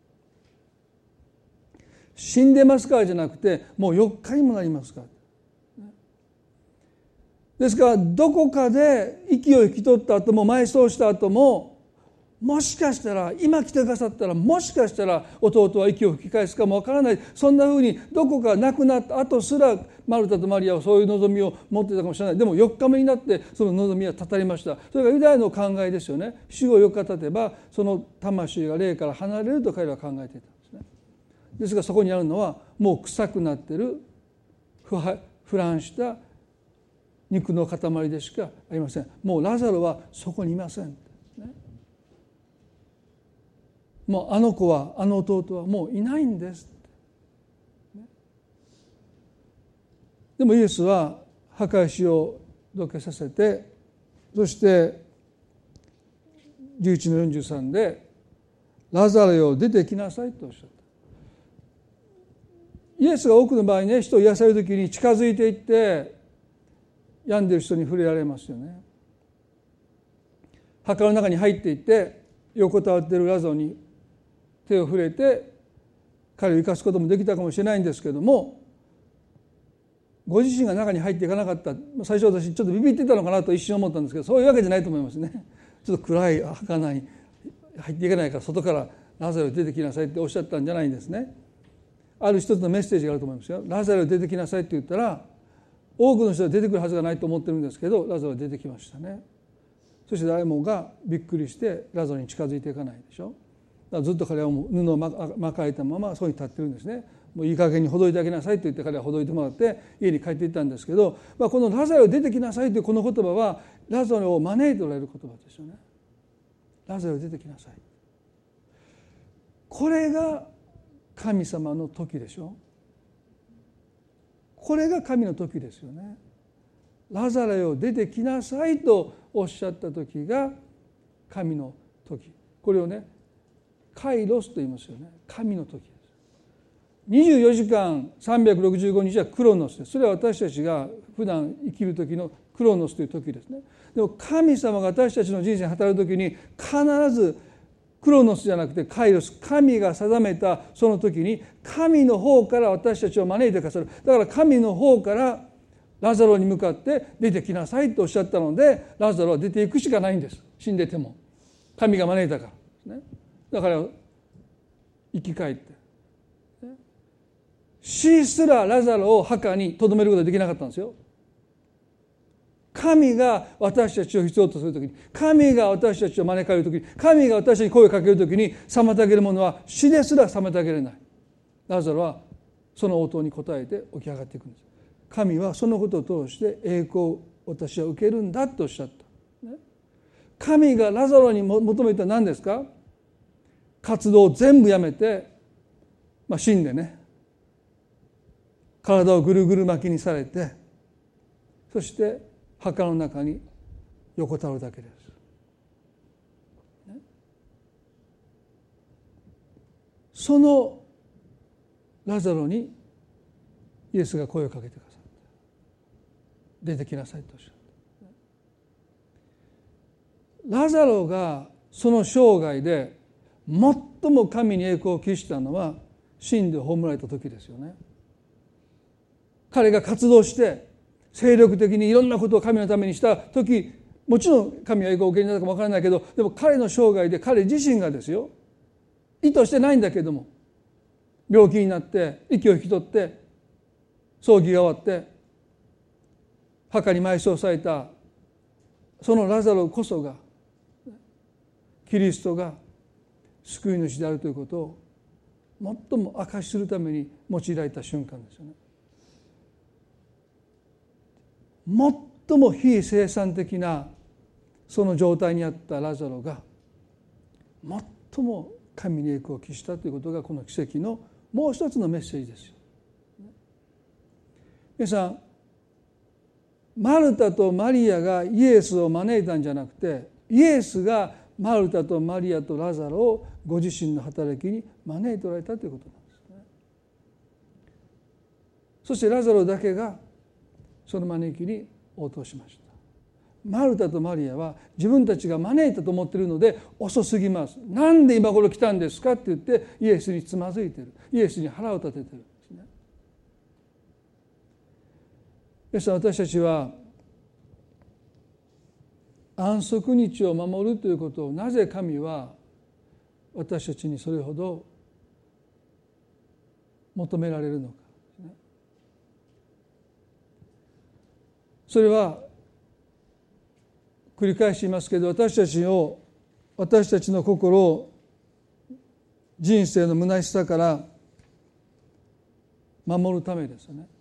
死んでますからじゃなくてもうよっかにもなりますから。ですからどこかで息を引き取った後も埋葬した後ももしかしたら今来てくださったらもしかしたら弟は息を吹き返すかもわからない、そんなふうにどこか亡くなった後すらマルタとマリアはそういう望みを持っていたかもしれない。でもよっかめになってその望みは絶たれました。それがユダヤの考えですよね。死後よっか経てばその魂が霊から離れると彼らは考えていたんですね。ですがそこにあるのはもう臭くなっている腐乱した肉の塊でしかありません。もうラザロはそこにいません、ね、もうあの子はあの弟はもういないんです、ね、でもイエスは墓石をどけさせて、そしてじゅういちのよんじゅうさんでラザロよ出てきなさいとおっしゃった。イエスが多くの場合ね、人を癒されるときに近づいていって病んでいる人に触れられますよね。墓の中に入っていって横たわっているラザロに手を触れて彼を生かすこともできたかもしれないんですけれども、ご自身が中に入っていかなかった。最初私ちょっとビビってたのかなと一瞬思ったんですけど、そういうわけじゃないと思いますね。ちょっと暗い墓に入っていけないから外からラザロ出てきなさいっておっしゃったんじゃないんですね。ある一つのメッセージがあると思いますよ。ラザロ出てきなさいって言ったら多くの人は出てくるはずがないと思ってるんですけど、ラザロは出てきましたね。そして誰もがびっくりしてラザロに近づいていかないでしょ。だからずっと彼はもう布を巻かれたままそこに立ってるんですね。もういい加減にほどいてあげなさいと言って彼はほどいてもらって家に帰っていったんですけど、まあ、このラザロ出てきなさいというこの言葉はラザロを招いておられる言葉ですよね。ラザロ出てきなさい。これが神様の時でしょ。これが神の時ですよね。ラザロよ出てきなさいとおっしゃった時が神の時。これをねカイロスと言いますよね。神の時です。にじゅうよじかんさんびゃくろくじゅうごにちはクロノスです。それは私たちが普段生きる時のクロノスという時ですね。でも神様が私たちの人生に働く時に必ずクロノスじゃなくてカイロス、神が定めたその時に神の方から私たちを招いてくださる。だから神の方からラザロに向かって出てきなさいとおっしゃったので、ラザロは出ていくしかないんです。死んでても神が招いたからですね。だから生き返って死すらラザロを墓に留めることができなかったんですよ。神が私たちを必要とするときに、神が私たちを招かれるときに、神が私たちに声をかけるときに妨げるものは死ですら妨げれない。 ラザロはその応答に応えて起き上がっていくんです。神はそのことを通して栄光を私は受けるんだとおっしゃった。神がラザロに求めた何ですか？活動を全部やめて、まあ、死んでね、体をぐるぐる巻きにされて、そして墓の中に横たわるだけです。そのラザロにイエスが声をかけてくださった。出てきなさいとおっしゃった。ラザロがその生涯で最も神に栄光を期したのは死んで葬られた時ですよね。彼が活動して精力的にいろんなことを神のためにした時、もちろん神は栄光を受けになったかもわからないけど、でも彼の生涯で彼自身がですよ、意図してないんだけども病気になって息を引き取って葬儀が終わって墓に埋葬されたそのラザロこそがキリストが救い主であるということを最も証しするために用いられた瞬間ですよね。最も非生産的なその状態にあったラザロが最も神に栄光を期したということがこの奇跡のもう一つのメッセージですよ。皆さん、マルタとマリアがイエスを招いたんじゃなくて、イエスがマルタとマリアとラザロをご自身の働きに招いておられたということなんですね。そしてラザロだけがその招きに応答しました。マルタとマリアは自分たちが招いたと思っているので遅すぎます。なんで今頃来たんですかって言ってイエスにつまずいている。イエスに腹を立てているんですね。ですから私たちは安息日を守るということをなぜ神は私たちにそれほど求められるのか。それは繰り返し言いますけど、私たちを私たちの心を人生の虚しさから守るためですよね。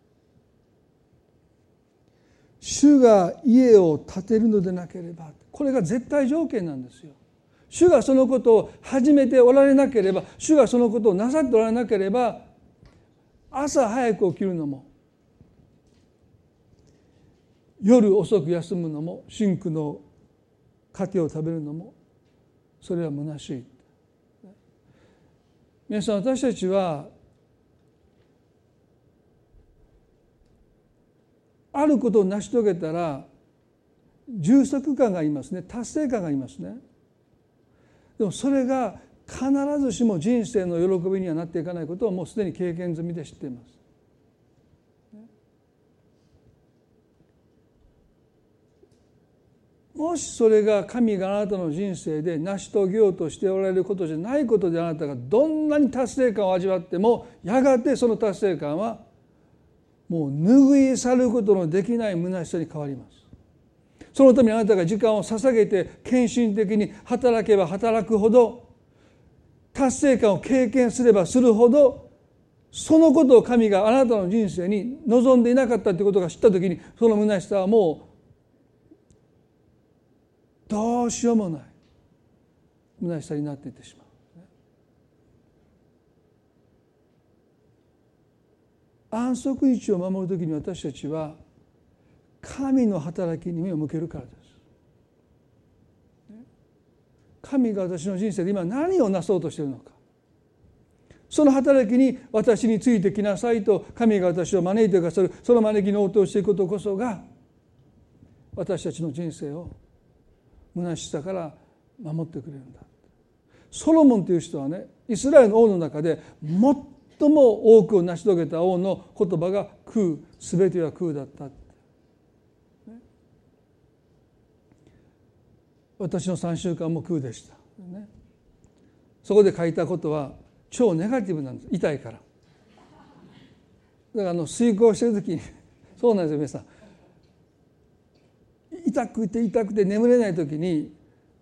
主が家を建てるのでなければ、これが絶対条件なんですよ。主がそのことを始めておられなければ、主がそのことをなさっておられなければ、朝早く起きるのも夜遅く休むのも真紅の糧を食べるのもそれは虚しい。皆さん、私たちはあることを成し遂げたら充足感がありますね。達成感がありますね。でもそれが必ずしも人生の喜びにはなっていかないことをもうすでに経験済みで知っています。もしそれが神があなたの人生で成し遂げようとしておられることじゃないことであなたがどんなに達成感を味わっても、やがてその達成感はもう拭い去ることのできない虚しさに変わります。そのためにあなたが時間を捧げて献身的に働けば働くほど、達成感を経験すればするほど、そのことを神があなたの人生に望んでいなかったということが知ったときに、その虚しさはもうどうしようもない虚しさになっていってしまう。安息日を守るときに私たちは神の働きに目を向けるからです。神が私の人生で今何をなそうとしているのか、その働きに私についてきなさいと神が私を招いてくださる、その招きに応答していくことこそが私たちの人生を虚しさから守ってくれるんだ。ソロモンという人はね、イスラエルの王の中で最も多くを成し遂げた王の言葉が空、すべては空だった。私のさんしゅうかんも空でした。そこで書いたことは超ネガティブなんです。痛いから。だからあの遂行してる時にそうなんですよ皆さん。痛くて痛くて眠れない時に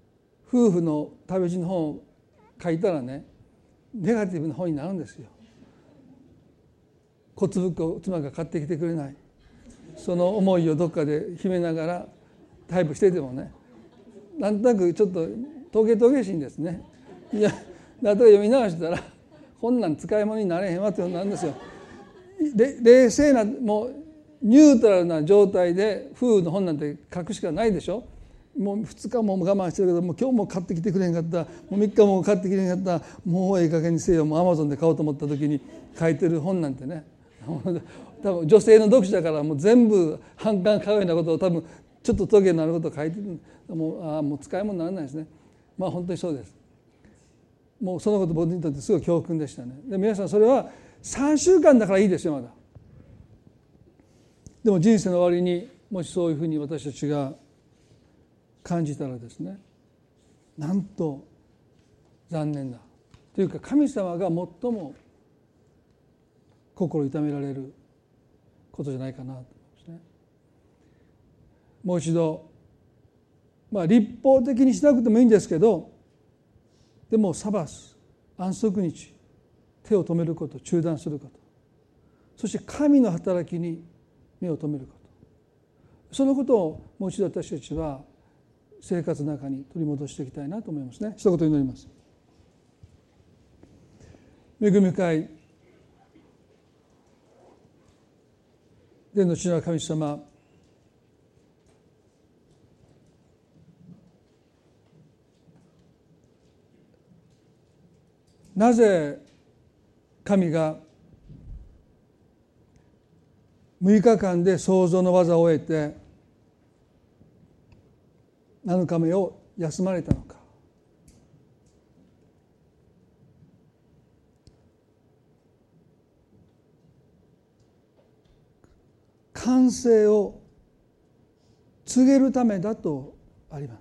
夫婦の旅路の本を書いたらね、ネガティブな本になるんですよ。 骨袋を妻が買ってきてくれない、その思いをどっかで秘めながらタイプしててもね、なんとなくちょっとトゲトゲしいんですね。いや、だと読み直したらこんなん使い物になれへんわってことなんですよ。冷静な、もうニュートラルな状態で夫婦の本なんて書くしかないでしょ。もうふつかも我慢してるけど、もう今日も買ってきてくれへんかった、もうみっかも買ってきてくれへんかった、もうええ加減にせよ、もうアマゾンで買おうと思った時に書いてる本なんてね、多分女性の読者からもう全部反感買うようなことを、多分ちょっとトゲのあることを書いてる。もうああもう使い物にならないですね。まあ本当にそうです。もうそのこと僕にとってすごい教訓でしたね。で皆さん、それはさんしゅうかんだからいいですよ、まだ。でも人生の終わりにもしそういうふうに私たちが感じたらですね、なんと残念だというか、神様が最も心痛められることじゃないかなと思いますね。もう一度、まあ立法的にしなくてもいいんですけど、でもサバス、安息日、手を止めること、中断すること、そして神の働きに目を留めること、そのことをもう一度私たちは生活の中に取り戻していきたいなと思いますね。一言祈ります。恵み深い天の父なる神様、なぜ神がむいかかんで創造の技を終えてなのかめを休まれたのか。完成を告げるためだとあります。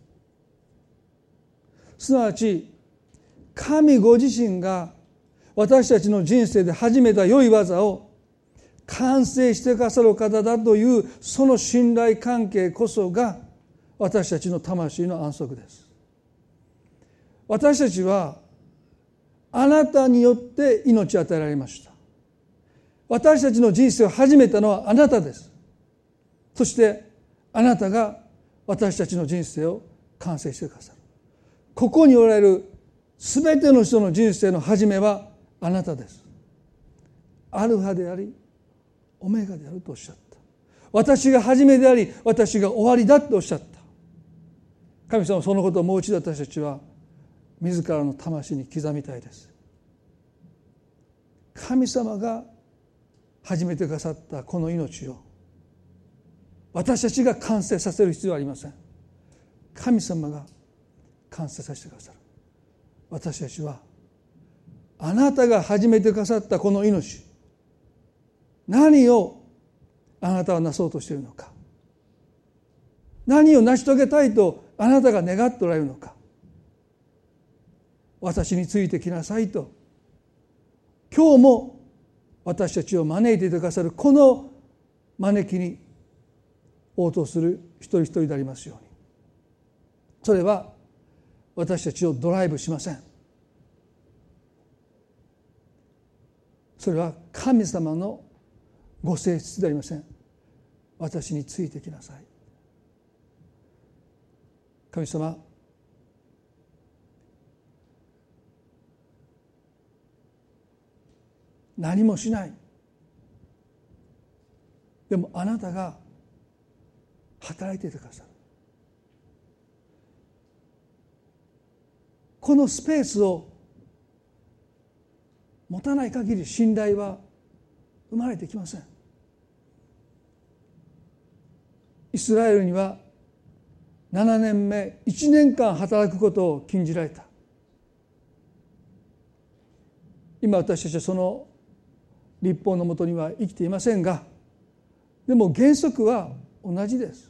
すなわち神ご自身が私たちの人生で始めた良い技を完成してくださる方だというその信頼関係こそが私たちの魂の安息です。私たちはあなたによって命を与えられました。私たちの人生を始めたのはあなたです。そしてあなたが私たちの人生を完成してくださる。ここにおられるすべての人の人生の始めはあなたです。アルファでありオメガであるとおっしゃった。私が始めであり私が終わりだとおっしゃった。神様はそのことをもう一度私たちは自らの魂に刻みたいです。神様が始めてくださったこの命を私たちが完成させる必要はありません。神様が完成させてくださる。私たちはあなたが始めてくださったこの命、何をあなたはなそうとしているのか、何を成し遂げたいとあなたが願っておられるのか、私についてきなさいと今日も私たちを招いてくださるこの招きに応答する一人一人でありますように。それは私たちをドライブしません。それは神様のご性質でありません。私についてきなさい。神様、何もしない。でもあなたが働いていてくださる。このスペースを持たない限り信頼は生まれてきません。イスラエルにはななねんめいちねんかん働くことを禁じられた。今私たちはその律法のもとには生きていませんが、でも原則は同じです。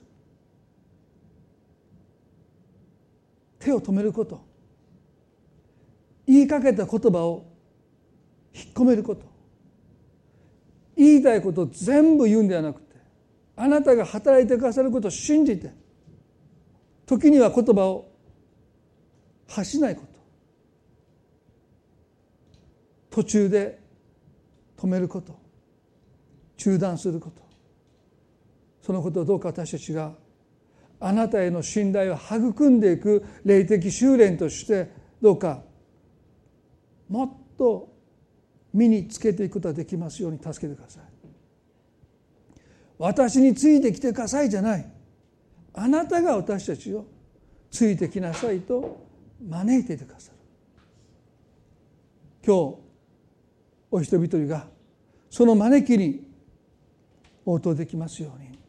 手を止めること、言いかけた言葉を引っ込めること、言いたいことを全部言うんではなくて、あなたが働いてくださることを信じて、時には言葉を発しないこと、途中で止めること、中断すること、そのことをどうか私たちがあなたへの信頼を育んでいく霊的修練としてどうかもっと身につけていくことができますように助けてください。私についてきてくださいじゃない、あなたが私たちをついてきなさいと招いていてくださる。今日お一人一人がその招きに応答できますように、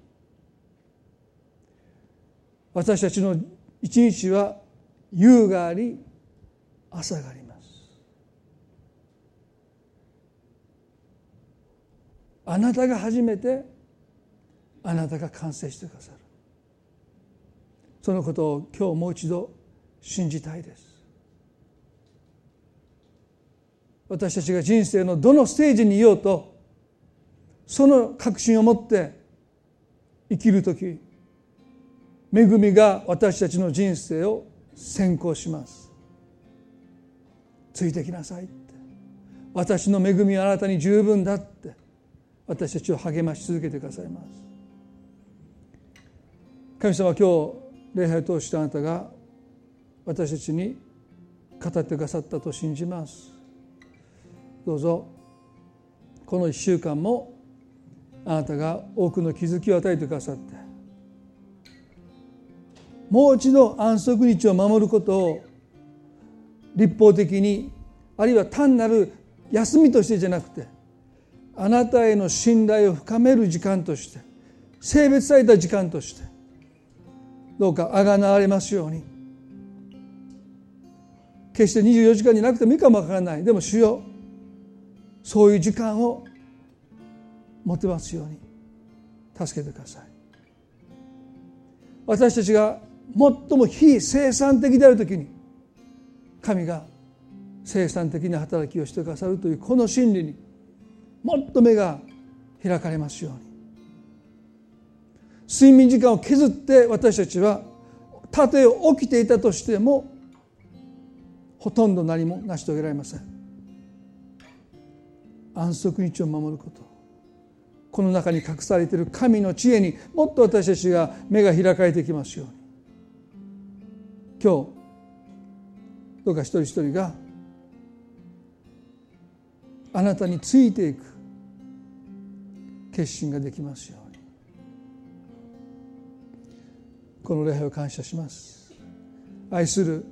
私たちの一日は夕があり朝があります。あなたが初めて、あなたが完成してくださる、そのことを今日もう一度信じたいです。私たちが人生のどのステージにいようと、その確信を持って生きるとき、恵みが私たちの人生を先行します。ついてきなさいって、私の恵みはあなたに十分だって私たちを励まし続けてくださいます。神様は今日礼拝を通してあなたが私たちに語ってくださったと信じます。どうぞこの一週間もあなたが多くの気づきを与えてくださって、もう一度安息日を守ることを立法的に、あるいは単なる休みとしてじゃなくて、あなたへの信頼を深める時間として、聖別された時間としてどうかあがなわれますように。決してにじゅうよじかんになくてもいいかもわからない、でも主よ、そういう時間を持てますように助けてください。私たちが最も非生産的であるときに、神が生産的な働きをしてくださるというこの真理にもっと目が開かれますように。睡眠時間を削って私たちはたとえ起きていたとしてもほとんど何も成し遂げられません。安息日を守ること、この中に隠されている神の知恵にもっと私たちが目が開かれていきますように。今日どうか一人一人があなたについていく決心ができますように。この礼拝を感謝します。愛する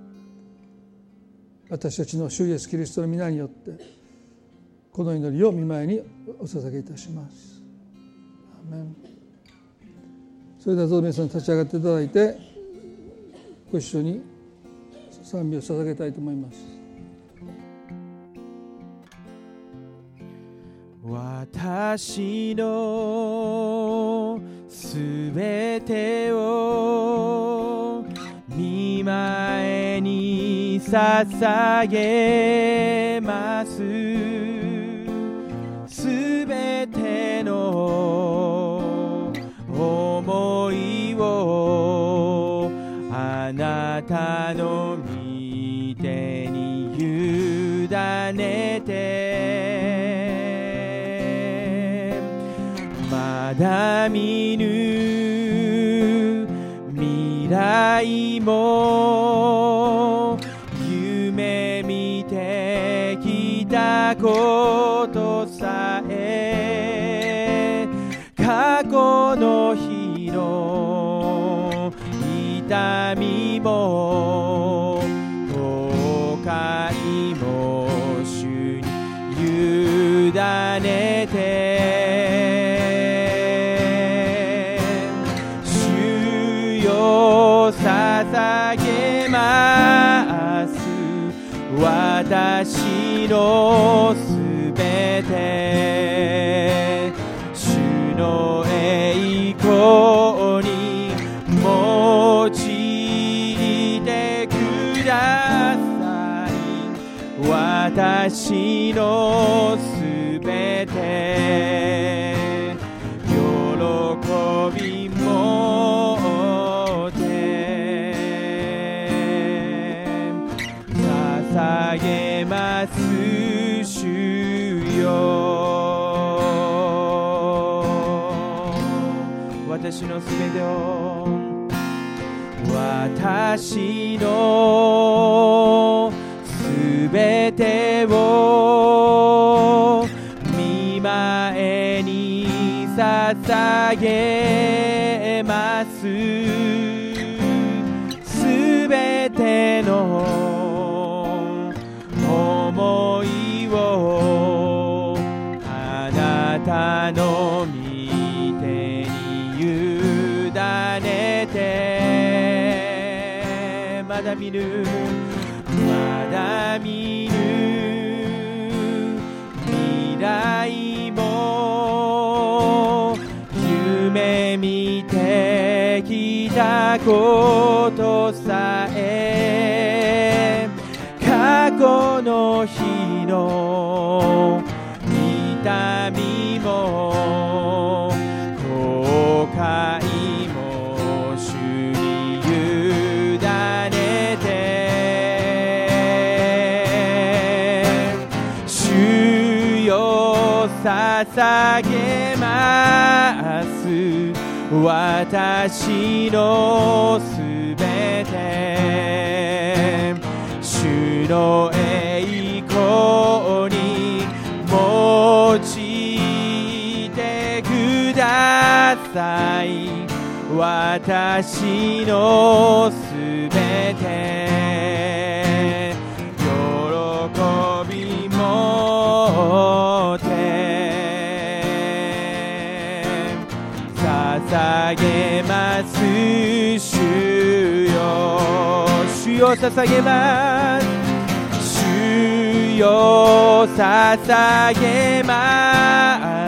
私たちの主イエスキリストの皆によってこの祈りを御前にお捧げいたします。アーメン。それではどうぞ皆さん立ち上がっていただいてご一緒に賛美を捧げたいと思います。 私のすべてを御前に捧げます。すべての思いをあなたの御手に委ねて、まだ見ぬ未来も夢見てきたことさえ、過去の日の痛みも後悔も主に委ねて、主よ捧げます。私のすべて、主の栄光に用いてください。私のすべて、喜びもって捧げます主よ。 私のすべてを、私のすべてを御前に捧げます。すべての思いをあなたの御手に委ねて、まだ見ぬまだ見ぬ未来も夢見てきたことさえ、過去の日の痛みも後悔も主に委ねて、主よ捧げます。私のすべて、主の栄光に用いてください。私のすべて、喜びもって捧げます。主よ、主よ捧げます。主よ捧げます。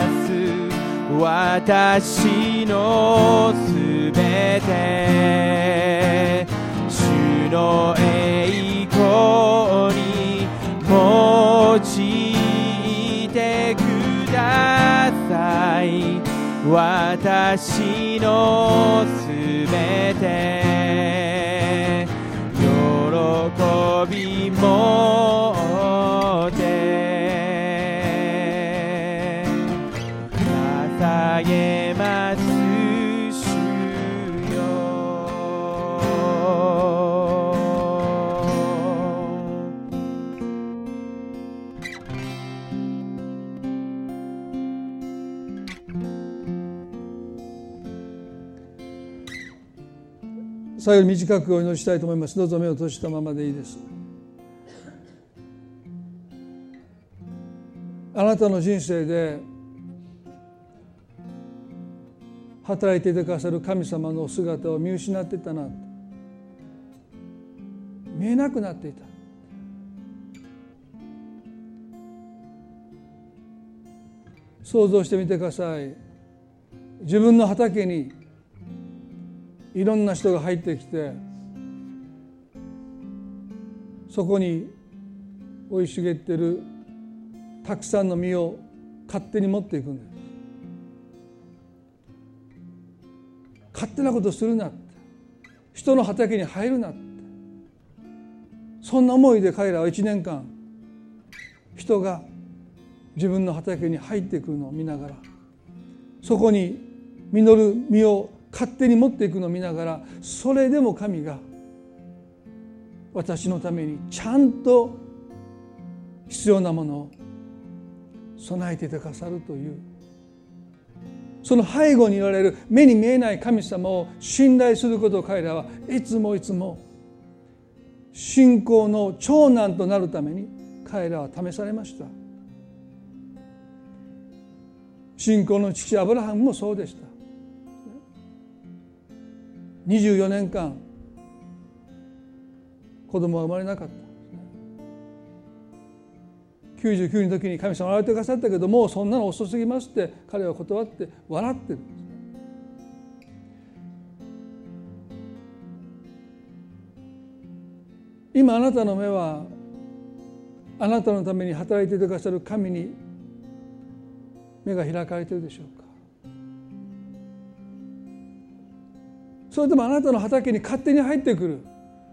私のすべて、主の栄光に用いてください。私のすべて、喜びもって捧げます主よ。 最後に短くお祈りしたいと思います。どうぞ目を閉じたままでいいです。あなたの人生で働いていてくださる神様の姿を見失っていたな、見えなくなっていた。想像してみてください。自分の畑にいろんな人が入ってきて、そこに生い茂っているたくさんの実を勝手に持っていくんです。勝手なことするなって、人の畑に入るなって、そんな思いで彼らはいちねんかん人が自分の畑に入ってくるのを見ながら、そこに実る実を勝手に持っていくのを見ながら、それでも神が私のためにちゃんと必要なものを備えてくださるという、その背後にいられる目に見えない神様を信頼することを彼らはいつもいつも信仰の長男となるために彼らは試されました。信仰の父アブラハムもそうでした。にじゅうよねんかん子供は生まれなかった。きゅうじゅうきゅうの時に神様は現れてくださったけど、もうそんなの遅すぎますって彼は断って笑ってる。今あなたの目はあなたのために働いてくださる神に目が開かれているでしょうか。それともあなたの畑に勝手に入ってくる、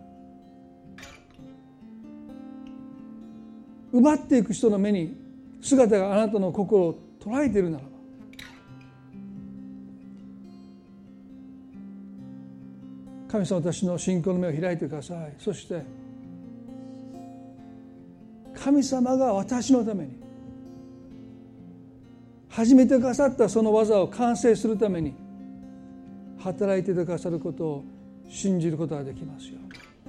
奪っていく人の目に姿があなたの心を捉えているならば、 神様、私の信仰の目を開いてください。そして神様が私のために始めてくださったその技を完成するために働いてくださることを信じることができますよ。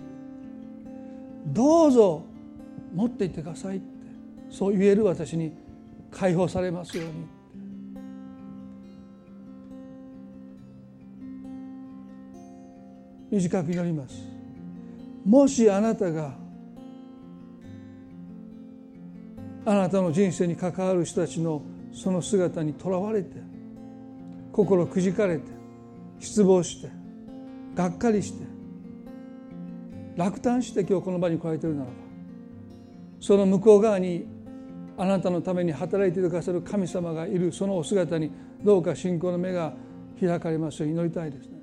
どうぞ持っていってくださいって、そう言える私に解放されますように。短く祈ります。もしあなたがあなたの人生に関わる人たちのその姿にとらわれて、心くじかれて、失望して、がっかりして、落胆して今日この場に来られているならば、その向こう側にあなたのために働いてくださる神様がいるそのお姿にどうか信仰の目が開かれますように祈りたいですね。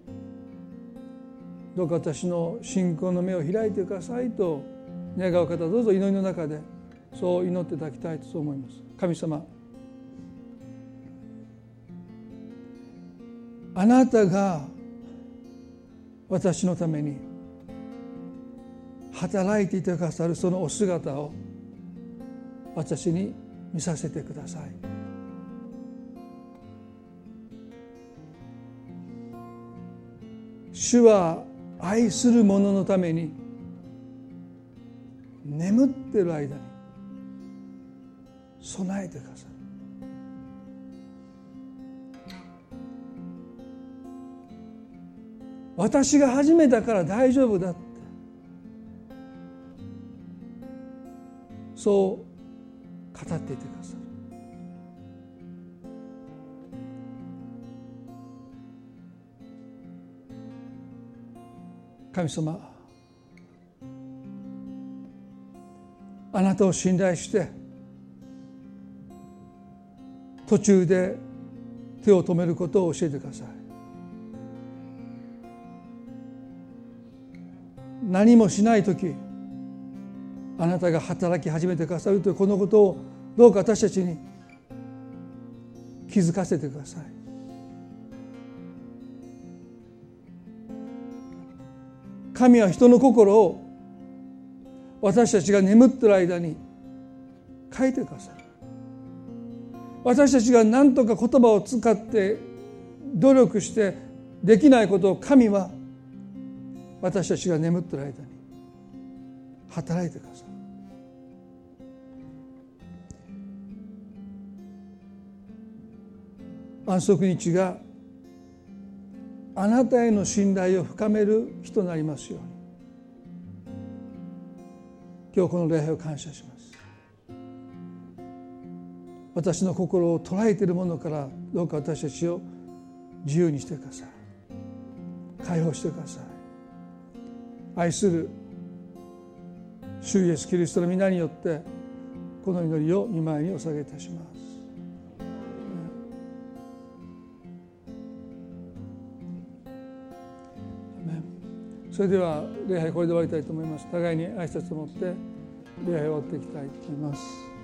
どうか私の信仰の目を開いてくださいと願う方、どうぞ祈りの中でそう祈っていただきたいと思います。神様、あなたが私のために働いていてくださるそのお姿を私に見させてください。主は愛する者のために眠っている間に備えてください。私が始めたから大丈夫だって、そう語っていてくださる。神様、あなたを信頼して途中で手を止めることを教えてください。何もしないとき、あなたが働き始めてくださるというこのことをどうか私たちに気づかせてください。神は人の心を私たちが眠っている間に書いてください。私たちが何とか言葉を使って努力してできないことを神は私たちが眠っている間に働いてください。安息日があなたへの信頼を深める日となりますように、今日この礼拝を感謝します。私の心を捉えているものからどうか私たちを自由にしてください。解放してください。愛する主イエスキリストの皆によってこの祈りを御前にお捧げいたします。それでは礼拝これで終わりたいと思います。互いに挨拶を持って礼拝を終わっていきたいと思います。